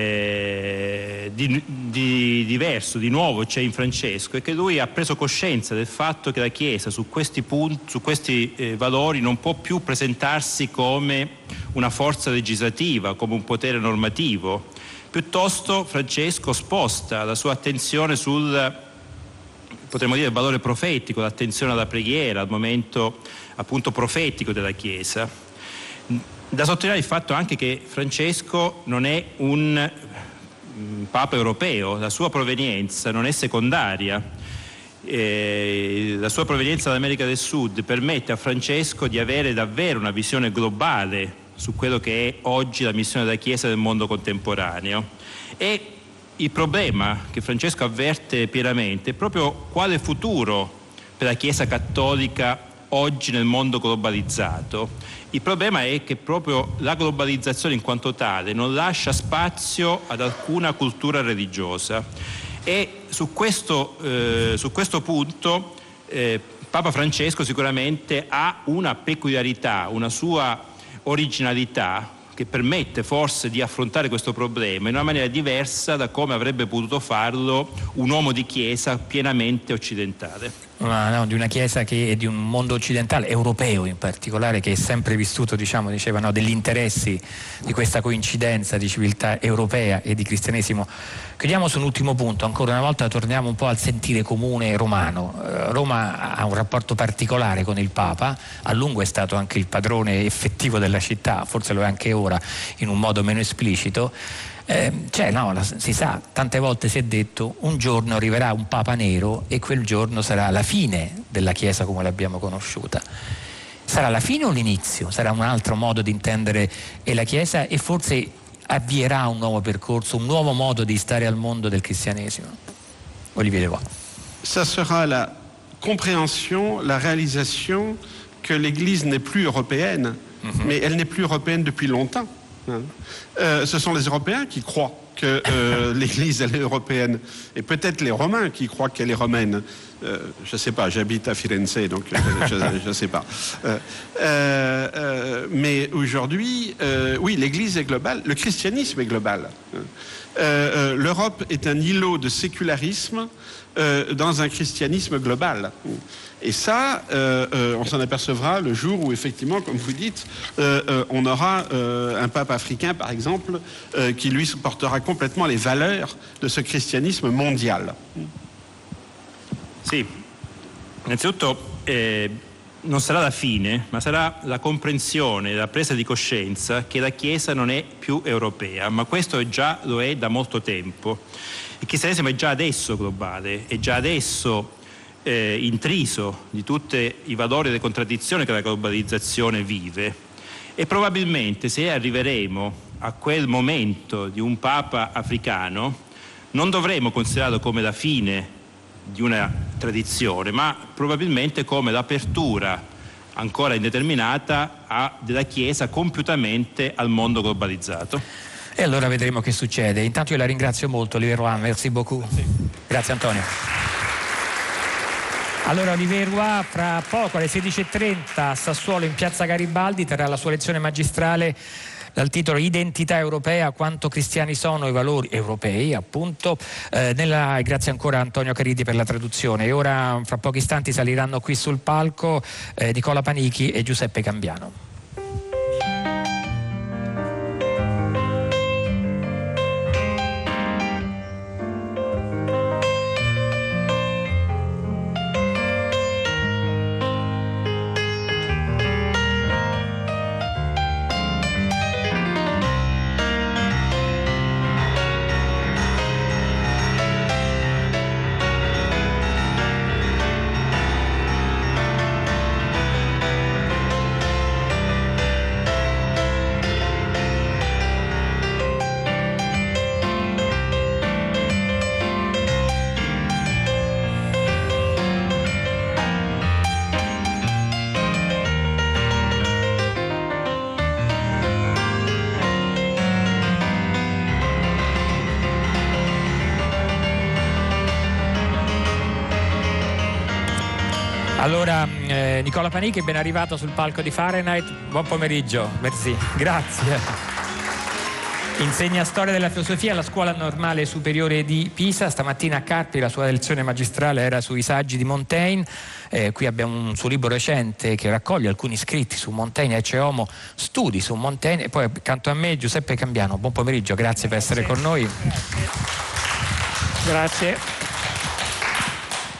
è di, di diverso, di nuovo c'è in Francesco, è che lui ha preso coscienza del fatto che la Chiesa su questi punti, su questi eh, valori non può più presentarsi come una forza legislativa, come un potere normativo. Piuttosto Francesco sposta la sua attenzione sul, potremmo dire, il valore profetico, l'attenzione alla preghiera, al momento appunto profetico della Chiesa. Da sottolineare il fatto anche che Francesco non è un Papa europeo, la sua provenienza non è secondaria. eh, la sua provenienza dall'America del Sud permette a Francesco di avere davvero una visione globale su quello che è oggi la missione della Chiesa nel mondo contemporaneo. E il problema che Francesco avverte pienamente è proprio quale futuro per la Chiesa cattolica oggi nel mondo globalizzato. Il problema è che proprio la globalizzazione in quanto tale non lascia spazio ad alcuna cultura religiosa, e su questo, eh, su questo punto eh, Papa Francesco sicuramente ha una peculiarità, una sua originalità che permette forse di affrontare questo problema in una maniera diversa da come avrebbe potuto farlo un uomo di Chiesa pienamente occidentale. Una, no, di una Chiesa che è di un mondo occidentale, europeo in particolare, che è sempre vissuto, diciamo, diceva, no, degli interessi di questa coincidenza di civiltà europea e di cristianesimo. Chiudiamo su un ultimo punto, ancora una volta torniamo un po' al sentire comune romano. Eh, Roma ha un rapporto particolare con il Papa, a lungo è stato anche il padrone effettivo della città, forse lo è anche ora in un modo meno esplicito. Eh, cioè, no, la, si sa, tante volte si è detto un giorno arriverà un Papa nero e quel giorno sarà la fine della Chiesa come l'abbiamo conosciuta. Sarà la fine o l'inizio? Sarà un altro modo di intendere la Chiesa e forse avvierà un nuovo percorso, un nuovo modo di stare al mondo del cristianesimo? Olivier Leroy. Ça sera la compréhension, la réalisation que l'Église n'est plus européenne, mm-hmm. mais elle n'est plus européenne depuis longtemps. Euh, ce sont les Européens qui croient que euh, l'Église elle est européenne, et peut-être les Romains qui croient qu'elle est romaine. Euh, je ne sais pas, j'habite à Firenze, donc je ne sais pas. Euh, euh, euh, mais aujourd'hui, euh, oui, l'Église est globale, le christianisme est global. Euh, euh, L'Europe est un îlot de sécularisme euh, dans un christianisme global. Et ça, euh, euh, on s'en apercevra le jour où, effectivement, comme vous dites, euh, euh, on aura euh, un pape africain, par exemple, euh, qui, lui, portera complètement les valeurs de ce christianisme mondial. Sì, innanzitutto eh, non sarà la fine, ma sarà la comprensione, la presa di coscienza che la Chiesa non è più europea, ma questo già lo è da molto tempo. Il cristianesimo è già adesso globale, è già adesso Eh, intriso di tutti i valori e le contraddizioni che la globalizzazione vive, e probabilmente se arriveremo a quel momento di un Papa africano non dovremo considerarlo come la fine di una tradizione, ma probabilmente come l'apertura ancora indeterminata a, della Chiesa compiutamente al mondo globalizzato. E allora vedremo che succede. Intanto io la ringrazio molto, Olivier Roy, merci beaucoup. Sì. Grazie Antonio. Allora Olivier Roy fra poco alle sedici e trenta a Sassuolo in piazza Garibaldi terrà la sua lezione magistrale dal titolo Identità europea, quanto cristiani sono i valori europei, appunto, eh, nella, grazie ancora a Antonio Caridi per la traduzione. E ora fra pochi istanti saliranno qui sul palco eh, Nicola Panichi e Giuseppe Cambiano. Allora, eh, Nicola Panichi è ben arrivato sul palco di Fahrenheit. Buon pomeriggio, merci, grazie. Insegna storia della filosofia alla Scuola Normale Superiore di Pisa. Stamattina a Carpi la sua lezione magistrale era sui saggi di Montaigne. Eh, qui abbiamo un suo libro recente che raccoglie alcuni scritti su Montaigne, Ecce Homo, studi su Montaigne. E poi accanto a me Giuseppe Cambiano. Buon pomeriggio, grazie, grazie per essere con noi. Grazie. Grazie.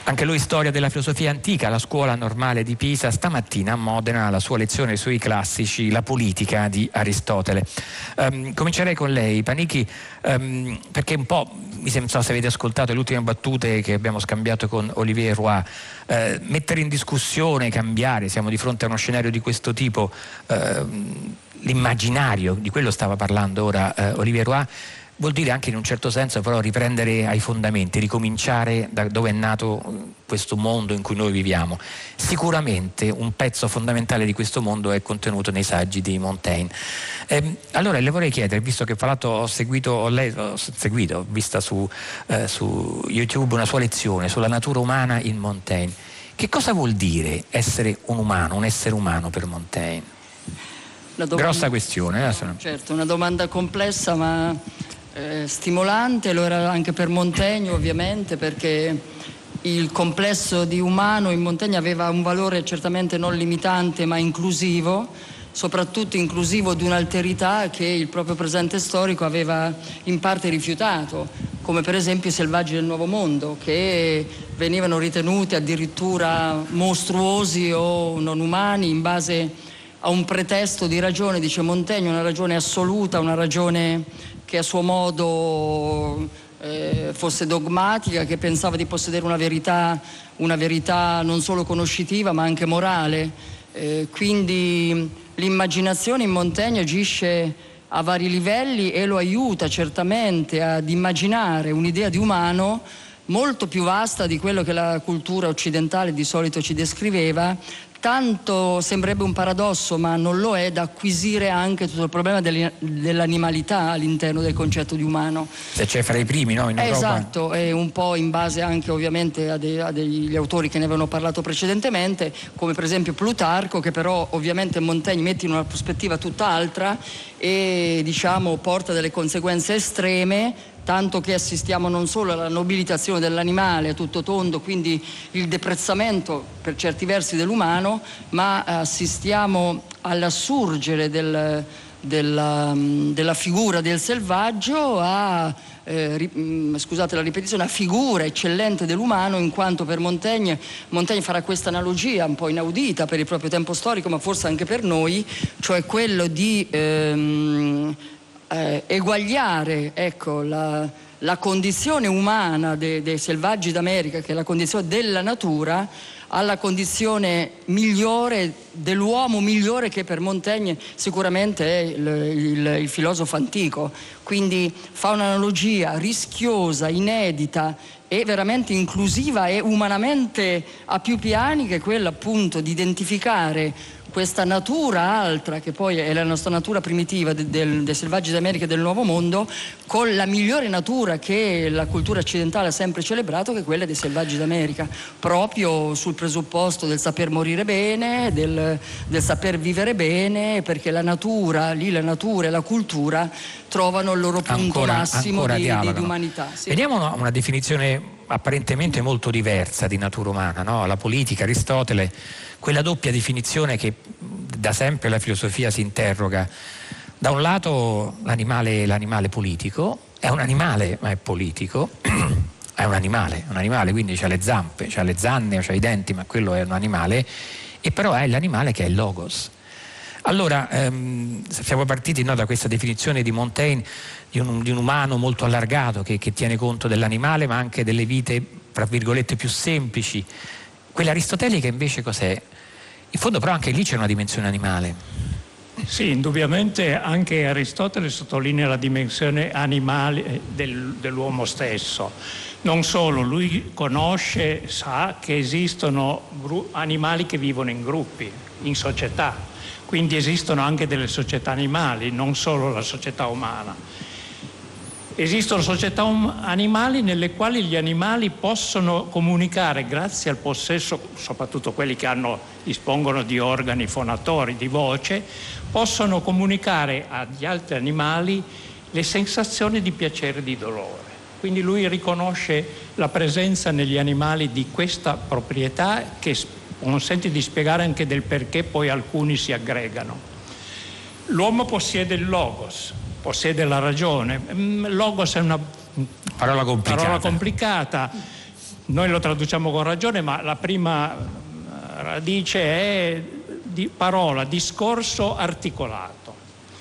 Anche lui storia della filosofia antica, la scuola normale di Pisa, stamattina a Modena la sua lezione sui classici, la politica di Aristotele. Um, comincerei con lei, Panichi, um, perché un po', mi sembra, se avete ascoltato le ultime battute che abbiamo scambiato con Olivier Roy, eh, mettere in discussione, cambiare, siamo di fronte a uno scenario di questo tipo, eh, l'immaginario, di quello stava parlando ora eh, Olivier Roy, vuol dire anche in un certo senso però riprendere ai fondamenti, ricominciare da dove è nato questo mondo in cui noi viviamo. Sicuramente un pezzo fondamentale di questo mondo è contenuto nei saggi di Montaigne. Eh, allora le vorrei chiedere, visto che fra l'altro ho seguito, ho, le, ho seguito, ho vista su, eh, su YouTube una sua lezione sulla natura umana in Montaigne, che cosa vuol dire essere un umano, un essere umano per Montaigne? Domanda, grossa questione. Eh? Certo, una domanda complessa ma eh, stimolante, lo era anche per Montaigne ovviamente, perché il complesso di umano in Montaigne aveva un valore certamente non limitante ma inclusivo, soprattutto inclusivo di un'alterità che il proprio presente storico aveva in parte rifiutato, come per esempio i selvaggi del Nuovo Mondo, che venivano ritenuti addirittura mostruosi o non umani in base a un pretesto di ragione, dice Montaigne, una ragione assoluta, una ragione che a suo modo eh, fosse dogmatica, che pensava di possedere una verità, una verità non solo conoscitiva ma anche morale. Eh, quindi l'immaginazione in Montaigne agisce a vari livelli e lo aiuta certamente ad immaginare un'idea di umano molto più vasta di quello che la cultura occidentale di solito ci descriveva. Tanto sembrerebbe un paradosso, ma non lo è, da acquisire anche tutto il problema dell'animalità all'interno del concetto di umano. Se c'è fra i primi, no? In Europa. Esatto, e un po' in base anche ovviamente a, de, a degli autori che ne avevano parlato precedentemente, come per esempio Plutarco, che però ovviamente Montaigne mette in una prospettiva tutt'altra e diciamo porta delle conseguenze estreme, tanto che assistiamo non solo alla nobilitazione dell'animale a tutto tondo, quindi il deprezzamento per certi versi dell'umano, ma assistiamo all'assurgere del, della, della figura del selvaggio a, eh, ri, scusate la ripetizione, a figura eccellente dell'umano, in quanto per Montaigne, Montaigne farà questa analogia un po' inaudita per il proprio tempo storico, ma forse anche per noi, cioè quello di ehm, Eh, eguagliare ecco, la, la condizione umana dei, dei selvaggi d'America, che è la condizione della natura, alla condizione migliore dell'uomo migliore, che per Montaigne sicuramente è il, il, il filosofo antico. Quindi fa un'analogia rischiosa, inedita e veramente inclusiva e umanamente a più piani, che è quella appunto di identificare questa natura altra, che poi è la nostra natura primitiva de, de, dei selvaggi d'America e del Nuovo Mondo, con la migliore natura che la cultura occidentale ha sempre celebrato, che è quella dei selvaggi d'America, proprio sul presupposto del saper morire bene, del, del saper vivere bene, perché la natura, lì la natura e la cultura trovano il loro punto ancora, massimo ancora di, di, di umanità. Sì. Vediamo una, una definizione apparentemente molto diversa di natura umana, no? La politica, Aristotele, quella doppia definizione che da sempre la filosofia si interroga. Da un lato l'animale, l'animale politico è un animale ma è politico, è un animale, un animale quindi ha le zampe, ha le zanne, ha i denti, ma quello è un animale, e però è l'animale che è il logos. Allora ehm, siamo partiti, no, da questa definizione di Montaigne di un, di un umano molto allargato che, che tiene conto dell'animale ma anche delle vite tra virgolette più semplici. Quella aristotelica invece cos'è? In fondo però anche lì c'è una dimensione animale. Sì, indubbiamente anche Aristotele sottolinea la dimensione animale del, dell'uomo stesso. Non solo, lui conosce, sa che esistono gru- animali che vivono in gruppi, in società, quindi esistono anche delle società animali, non solo la società umana. Esistono società um- animali nelle quali gli animali possono comunicare, grazie al possesso, soprattutto quelli che hanno, dispongono di organi fonatori, di voce, possono comunicare agli altri animali le sensazioni di piacere e di dolore. Quindi lui riconosce la presenza negli animali di questa proprietà che consente di spiegare anche del perché poi alcuni si aggregano. L'uomo possiede il logos, possiede la ragione. Logos è una parola complicata. Parola complicata. noi lo traduciamo con ragione, ma la prima radice è di parola, discorso articolato.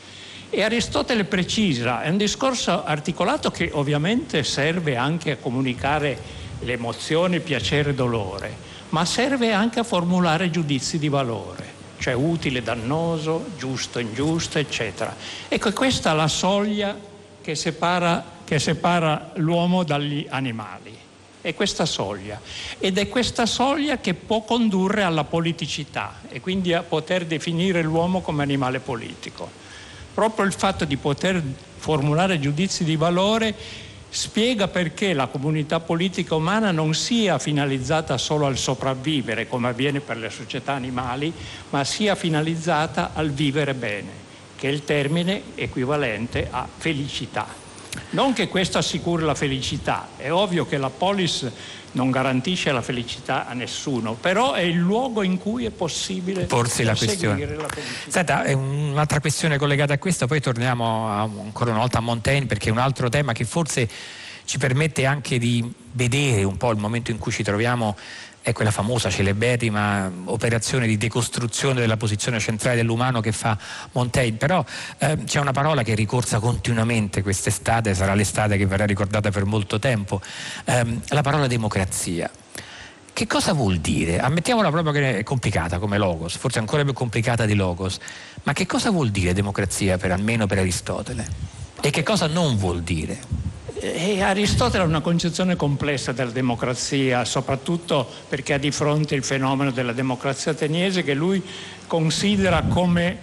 E Aristotele precisa, è un discorso articolato che ovviamente serve anche a comunicare le emozioni, piacere, dolore, ma serve anche a formulare giudizi di valore, cioè utile, dannoso, giusto, ingiusto, eccetera. Ecco, questa è la soglia che separa, che separa l'uomo dagli animali. È questa soglia. Ed è questa soglia che può condurre alla politicità e quindi a poter definire l'uomo come animale politico. Proprio il fatto di poter formulare giudizi di valore spiega perché la comunità politica umana non sia finalizzata solo al sopravvivere, come avviene per le società animali, ma sia finalizzata al vivere bene, che è il termine equivalente a felicità. Non che questo assicuri la felicità, è ovvio che la polis non garantisce la felicità a nessuno, però è il luogo in cui è possibile porsi la questione. La felicità. Senta, è un'altra questione collegata a questo, poi torniamo a, ancora una volta a Montaigne, perché è un altro tema che forse ci permette anche di vedere un po' il momento in cui ci troviamo. È quella famosa, celeberrima operazione di decostruzione della posizione centrale dell'umano che fa Montaigne, però eh, c'è una parola che è ricorsa continuamente quest'estate, sarà l'estate che verrà ricordata per molto tempo, ehm, la parola democrazia. Che cosa vuol dire? Ammettiamola proprio che è complicata come logos, forse ancora più complicata di logos, ma che cosa vuol dire democrazia, per almeno per Aristotele? E che cosa non vuol dire? E Aristotele ha una concezione complessa della democrazia, soprattutto perché ha di fronte il fenomeno della democrazia ateniese, che lui considera come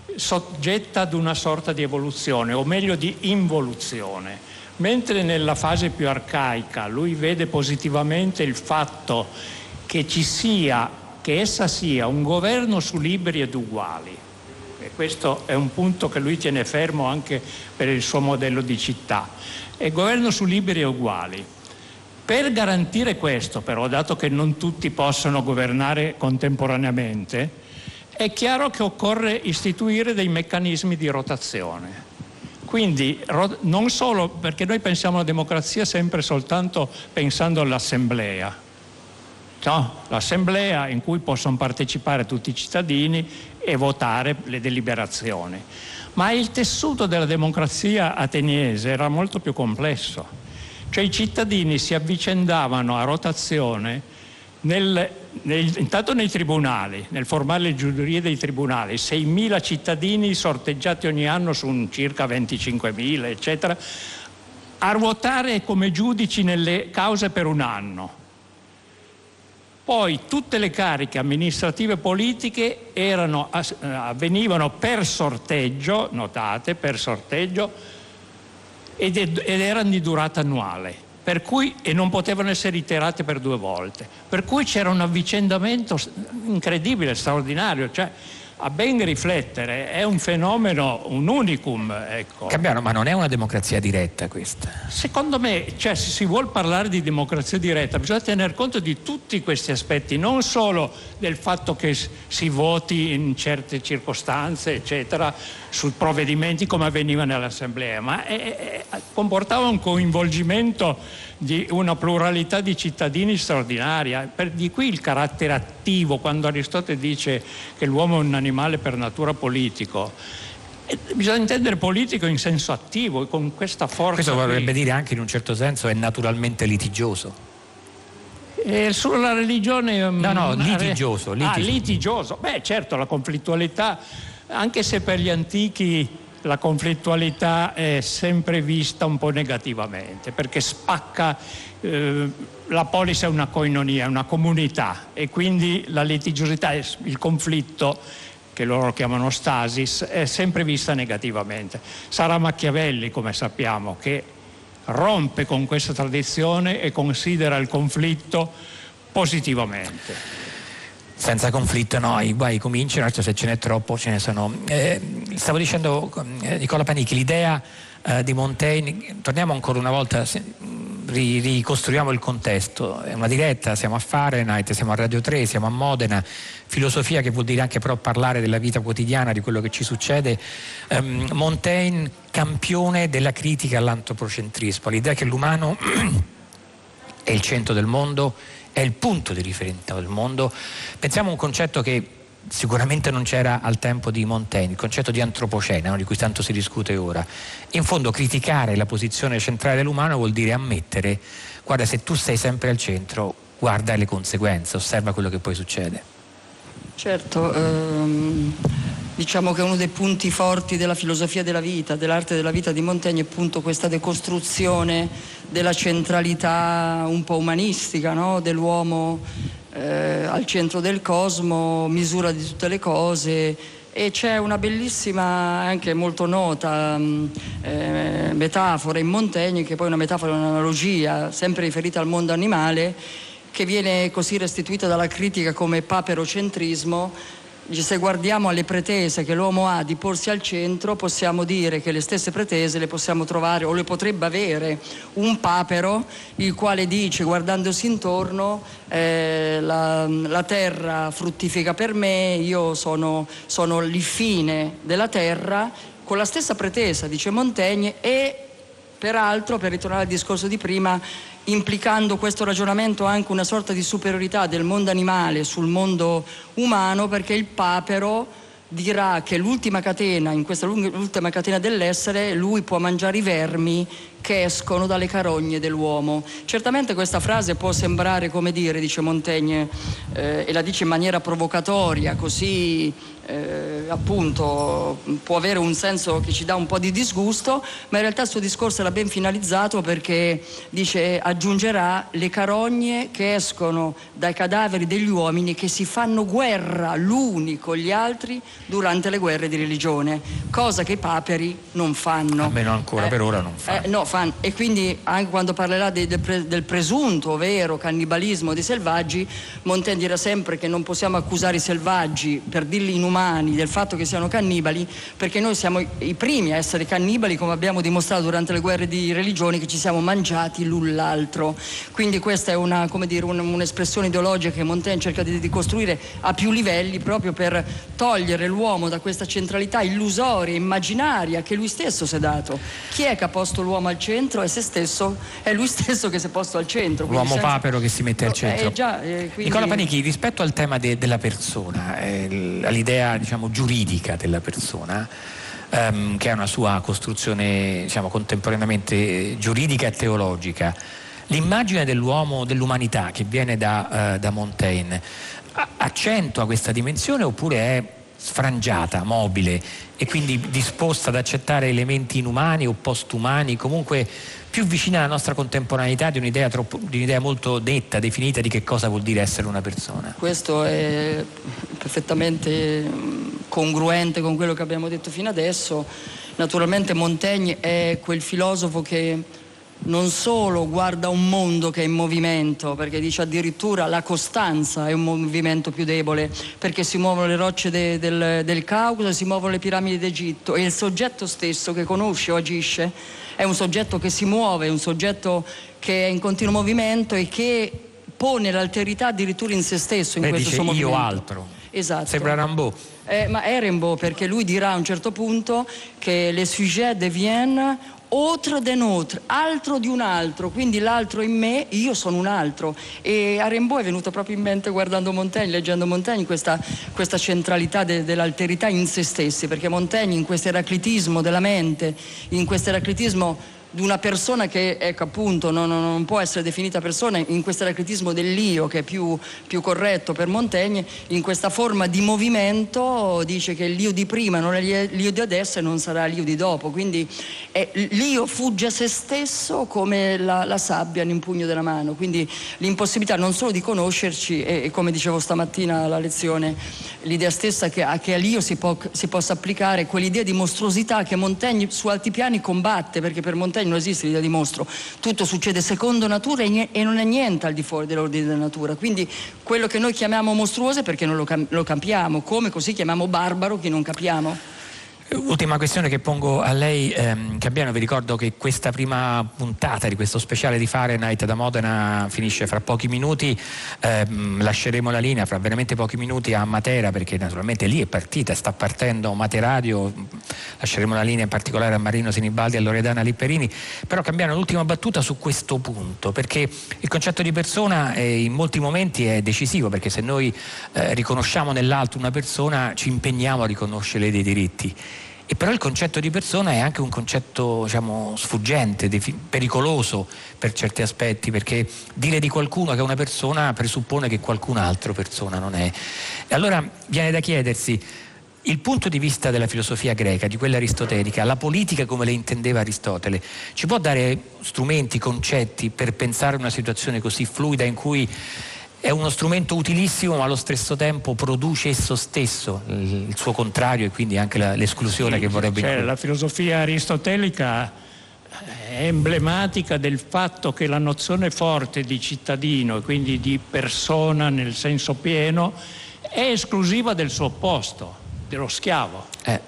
soggetta ad una sorta di evoluzione, o meglio di involuzione. Mentre nella fase più arcaica lui vede positivamente il fatto che ci sia, che essa sia un governo su liberi ed uguali. E questo è un punto che lui tiene fermo anche per il suo modello di città. E governo su liberi e uguali. Per garantire questo, però, dato che non tutti possono governare contemporaneamente, è chiaro che occorre istituire dei meccanismi di rotazione. Quindi non solo perché noi pensiamo alla democrazia sempre soltanto pensando all'assemblea, no? L'assemblea in cui possono partecipare tutti i cittadini e votare le deliberazioni. Ma il tessuto della democrazia ateniese era molto più complesso. Cioè i cittadini si avvicendavano a rotazione nel, nel, intanto nei tribunali, nel formare le giurie dei tribunali, seimila cittadini sorteggiati ogni anno su un circa venticinquemila, eccetera, a ruotare come giudici nelle cause per un anno. Poi tutte le cariche amministrative e politiche erano, avvenivano per sorteggio, notate, per sorteggio, ed, ed erano di durata annuale, per cui, e non potevano essere iterate per due volte. Per cui c'era un avvicendamento incredibile, straordinario, cioè a ben riflettere, è un fenomeno, un unicum, ecco. Cambiano, ma non è una democrazia diretta questa? Secondo me, cioè, se si vuol parlare di democrazia diretta, bisogna tener conto di tutti questi aspetti, non solo del fatto che si voti in certe circostanze, eccetera, su provvedimenti come avveniva nell'assemblea, ma è, è, comportava un coinvolgimento di una pluralità di cittadini straordinaria. Per, di qui il carattere attivo, quando Aristotele dice che l'uomo è un animale per natura politico. E bisogna intendere politico in senso attivo e con questa forza. Questo vorrebbe qui. dire anche in un certo senso è naturalmente litigioso. E sulla religione. No, no, litigioso. litigioso. Ah, litigioso. Beh, certo, la conflittualità, anche se per gli antichi la conflittualità è sempre vista un po' negativamente, perché spacca, eh, la polis è una koinonia, è una comunità, e quindi la litigiosità, il conflitto, che loro chiamano stasis, è sempre vista negativamente. Sarà Machiavelli, come sappiamo, che rompe con questa tradizione e considera il conflitto positivamente. Senza conflitto no, i guai cominciano, se ce n'è troppo ce ne sono. Eh, stavo dicendo, eh, Nicola Panicchi, l'idea eh, di Montaigne, torniamo ancora una volta, se, ri, ricostruiamo il contesto, è una diretta, siamo a Fahrenheit, siamo a Radio tre, siamo a Modena, filosofia che vuol dire anche però parlare della vita quotidiana, di quello che ci succede. Um, Montaigne, campione della critica all'antropocentrismo, l'idea che l'umano è il centro del mondo, è il punto di riferimento del mondo. Pensiamo a un concetto che sicuramente non c'era al tempo di Montaigne, il concetto di antropocene, no? Di cui tanto si discute ora. In fondo criticare la posizione centrale dell'umano vuol dire ammettere: guarda, se tu sei sempre al centro, guarda le conseguenze, osserva quello che poi succede. Certo, ehm, diciamo che uno dei punti forti della filosofia della vita, dell'arte della vita di Montaigne è appunto questa decostruzione della centralità un po' umanistica, no? Dell'uomo Eh, al centro del cosmo, misura di tutte le cose, e c'è una bellissima, anche molto nota eh, metafora in Montaigne, che poi è una metafora, un'analogia sempre riferita al mondo animale, che viene così restituita dalla critica come paperocentrismo. Se guardiamo alle pretese che l'uomo ha di porsi al centro, possiamo dire che le stesse pretese le possiamo trovare, o le potrebbe avere un papero, il quale dice, guardandosi intorno, eh, la, la terra fruttifica per me, io sono, sono il fine della terra, con la stessa pretesa, dice Montaigne, e peraltro, per ritornare al discorso di prima, implicando questo ragionamento anche una sorta di superiorità del mondo animale sul mondo umano, perché il papero dirà che l'ultima catena, in questa ultima catena dell'essere, lui può mangiare i vermi che escono dalle carogne dell'uomo. Certamente questa frase può sembrare, come dire, dice Montaigne, eh, e la dice in maniera provocatoria, così eh, appunto può avere un senso che ci dà un po' di disgusto, ma in realtà il suo discorso era ben finalizzato, perché dice, aggiungerà, le carogne che escono dai cadaveri degli uomini che si fanno guerra l'uni con gli altri durante le guerre di religione, cosa che i paperi non fanno. Almeno ancora eh, per ora non fanno. Eh, no, fan. E quindi anche quando parlerà de, de pre, del presunto vero cannibalismo dei selvaggi, Montaigne dirà sempre che non possiamo accusare i selvaggi, per dirli inumani, del fatto che siano cannibali, perché noi siamo i, i primi a essere cannibali, come abbiamo dimostrato durante le guerre di religione, che ci siamo mangiati l'un l'altro. Quindi questa è una, come dire, un, un'espressione ideologica che Montaigne cerca di, di costruire a più livelli, proprio per togliere l'uomo da questa centralità illusoria, immaginaria, che lui stesso si è dato. Chi è che ha posto l'uomo al centro? È se stesso, è lui stesso che si è posto al centro. L'uomo senza... papero che si mette al centro. Eh, già, eh, quindi... Nicola Panichi, rispetto al tema de- della persona, eh, all'idea, diciamo, giuridica della persona, ehm, che è una sua costruzione, diciamo, contemporaneamente giuridica e teologica, l'immagine dell'uomo, dell'umanità che viene da, eh, da Montaigne, accentua questa dimensione oppure è sfrangiata, mobile e quindi disposta ad accettare elementi inumani o postumani, comunque più vicina alla nostra contemporaneità di un'idea, troppo, di un'idea molto netta, definita di che cosa vuol dire essere una persona? Questo è perfettamente congruente con quello che abbiamo detto fino adesso. Naturalmente Montaigne è quel filosofo che non solo guarda un mondo che è in movimento, perché dice addirittura la costanza è un movimento più debole, perché si muovono le rocce de, del, del Caucaso, si muovono le piramidi d'Egitto, e il soggetto stesso che conosce o agisce è un soggetto che si muove, è un soggetto che è in continuo movimento e che pone l'alterità addirittura in se stesso in Beh, questo dice suo movimento. Io altro. Esatto. Sembra Rimbaud. Eh, ma è Rimbaud, perché lui dirà a un certo punto che les sujets deviennent autre d'un autre, altro di un altro, quindi l'altro in me, io sono un altro. E a Rimbaud è venuto proprio in mente, guardando Montaigne, leggendo Montaigne, questa, questa centralità de, dell'alterità in se stessi, perché Montaigne in questo eraclitismo della mente, in questo eraclitismo di una persona che, ecco, appunto non, non può essere definita persona, in questo eraclitismo dell'io che è più, più corretto per Montaigne, in questa forma di movimento dice che l'io di prima non è l'io di adesso e non sarà l'io di dopo, quindi è, l'io fugge a se stesso come la, la sabbia in un pugno della mano, quindi l'impossibilità non solo di conoscerci e, e come dicevo stamattina alla lezione, l'idea stessa che, che all'io si, può, si possa applicare quell'idea di mostruosità che Montaigne su alti piani combatte, perché per Montaigne non esiste l'idea di mostro, tutto succede secondo natura e, e non è niente al di fuori dell'ordine della natura, quindi quello che noi chiamiamo mostruoso è perché non lo, cam- lo capiamo, come così chiamiamo barbaro chi non capiamo. Ultima questione che pongo a lei, ehm, Cambiano, vi ricordo che questa prima puntata di questo speciale di Fahrenheit da Modena finisce fra pochi minuti, ehm, lasceremo la linea fra veramente pochi minuti a Matera, perché naturalmente lì è partita, sta partendo Materadio, lasceremo la linea in particolare a Marino Sinibaldi e a Loredana Lipperini, però Cambiano, l'ultima battuta su questo punto, perché il concetto di persona eh, in molti momenti è decisivo, perché se noi eh, riconosciamo nell'altro una persona ci impegniamo a riconoscere dei diritti. E però il concetto di persona è anche un concetto, diciamo, sfuggente, pericoloso per certi aspetti, perché dire di qualcuno che è una persona presuppone che qualcun altro persona non è. E allora viene da chiedersi, il punto di vista della filosofia greca, di quella aristotelica, la politica come le intendeva Aristotele, ci può dare strumenti, concetti per pensare a una situazione così fluida in cui è uno strumento utilissimo ma allo stesso tempo produce esso stesso il suo contrario e quindi anche la, l'esclusione sì, che vorrebbe cioè, includere. La filosofia aristotelica è emblematica del fatto che la nozione forte di cittadino e quindi di persona nel senso pieno è esclusiva del suo opposto, dello schiavo. Eh.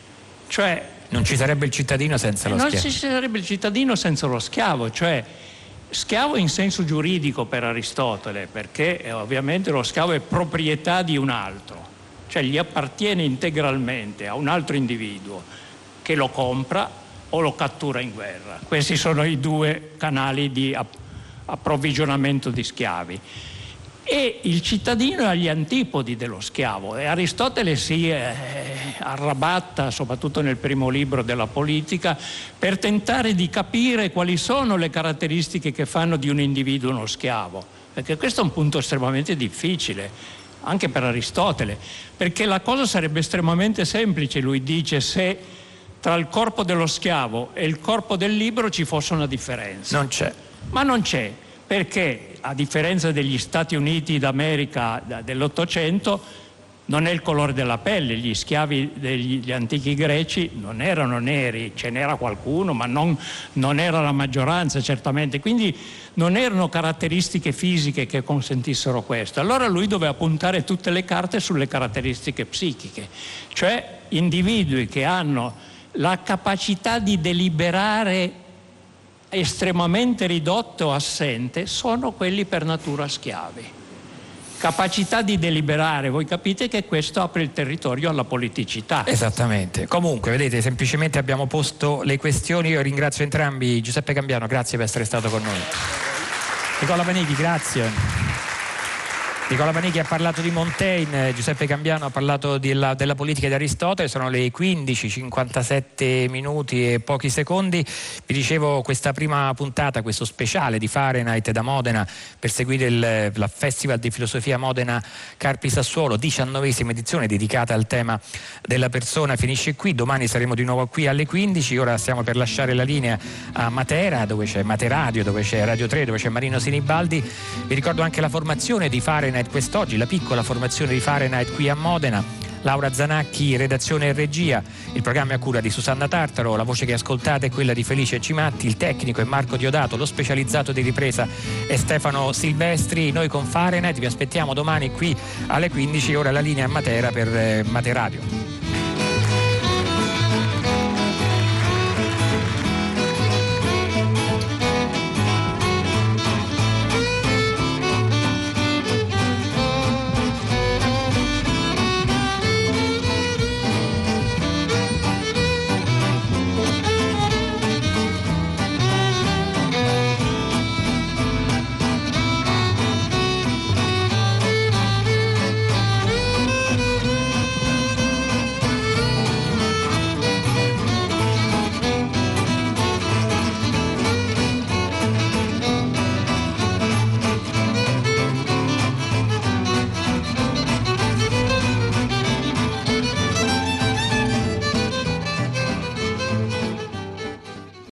Cioè, non ci sarebbe il cittadino senza lo non schiavo. Non ci sarebbe il cittadino senza lo schiavo, cioè schiavo in senso giuridico per Aristotele, perché eh, ovviamente lo schiavo è proprietà di un altro, cioè gli appartiene integralmente a un altro individuo che lo compra o lo cattura in guerra. Questi sono i due canali di app- approvvigionamento di schiavi. E il cittadino è agli antipodi dello schiavo, e Aristotele si eh, arrabatta, soprattutto nel primo libro della Politica, per tentare di capire quali sono le caratteristiche che fanno di un individuo uno schiavo, perché questo è un punto estremamente difficile, anche per Aristotele, perché la cosa sarebbe estremamente semplice, lui dice, se tra il corpo dello schiavo e il corpo del libero ci fosse una differenza. Non c'è. Ma non c'è, perché a differenza degli Stati Uniti d'America dell'Ottocento non è il colore della pelle, gli schiavi degli antichi greci non erano neri, ce n'era qualcuno ma non, non era la maggioranza certamente, quindi non erano caratteristiche fisiche che consentissero questo. Allora lui doveva puntare tutte le carte sulle caratteristiche psichiche, cioè individui che hanno la capacità di deliberare estremamente ridotto o assente sono quelli per natura schiavi. Capacità di deliberare, voi capite che questo apre il territorio alla politicità. Esattamente. Comunque, vedete, semplicemente abbiamo posto le questioni. Io ringrazio entrambi. Giuseppe Cambiano, grazie per essere stato con noi. Nicola Vanighi, grazie. Nicola Vanighi ha parlato di Montaigne, Giuseppe Cambiano ha parlato della, della politica di Aristotele. Sono le quindici, cinquantasette minuti e pochi secondi. Vi dicevo, questa prima puntata, questo speciale di Fahrenheit da Modena per seguire il la Festival di Filosofia Modena Carpi Sassuolo, diciannovesima edizione dedicata al tema della persona, finisce qui. Domani saremo di nuovo qui alle quindici. Ora stiamo per lasciare la linea a Matera, dove c'è Materadio, dove c'è Radio tre, dove c'è Marino Sinibaldi. Vi ricordo anche la formazione di Fahrenheit quest'oggi, la piccola formazione di Fahrenheit qui a Modena. Laura Zanacchi, redazione e regia. Il programma è a cura di Susanna Tartaro, la voce che ascoltate è quella di Felice Cimatti, il tecnico è Marco Diodato, lo specializzato di ripresa è Stefano Silvestri. Noi con Fahrenheit vi aspettiamo domani qui alle quindici, ora la linea a Matera per eh, Materadio.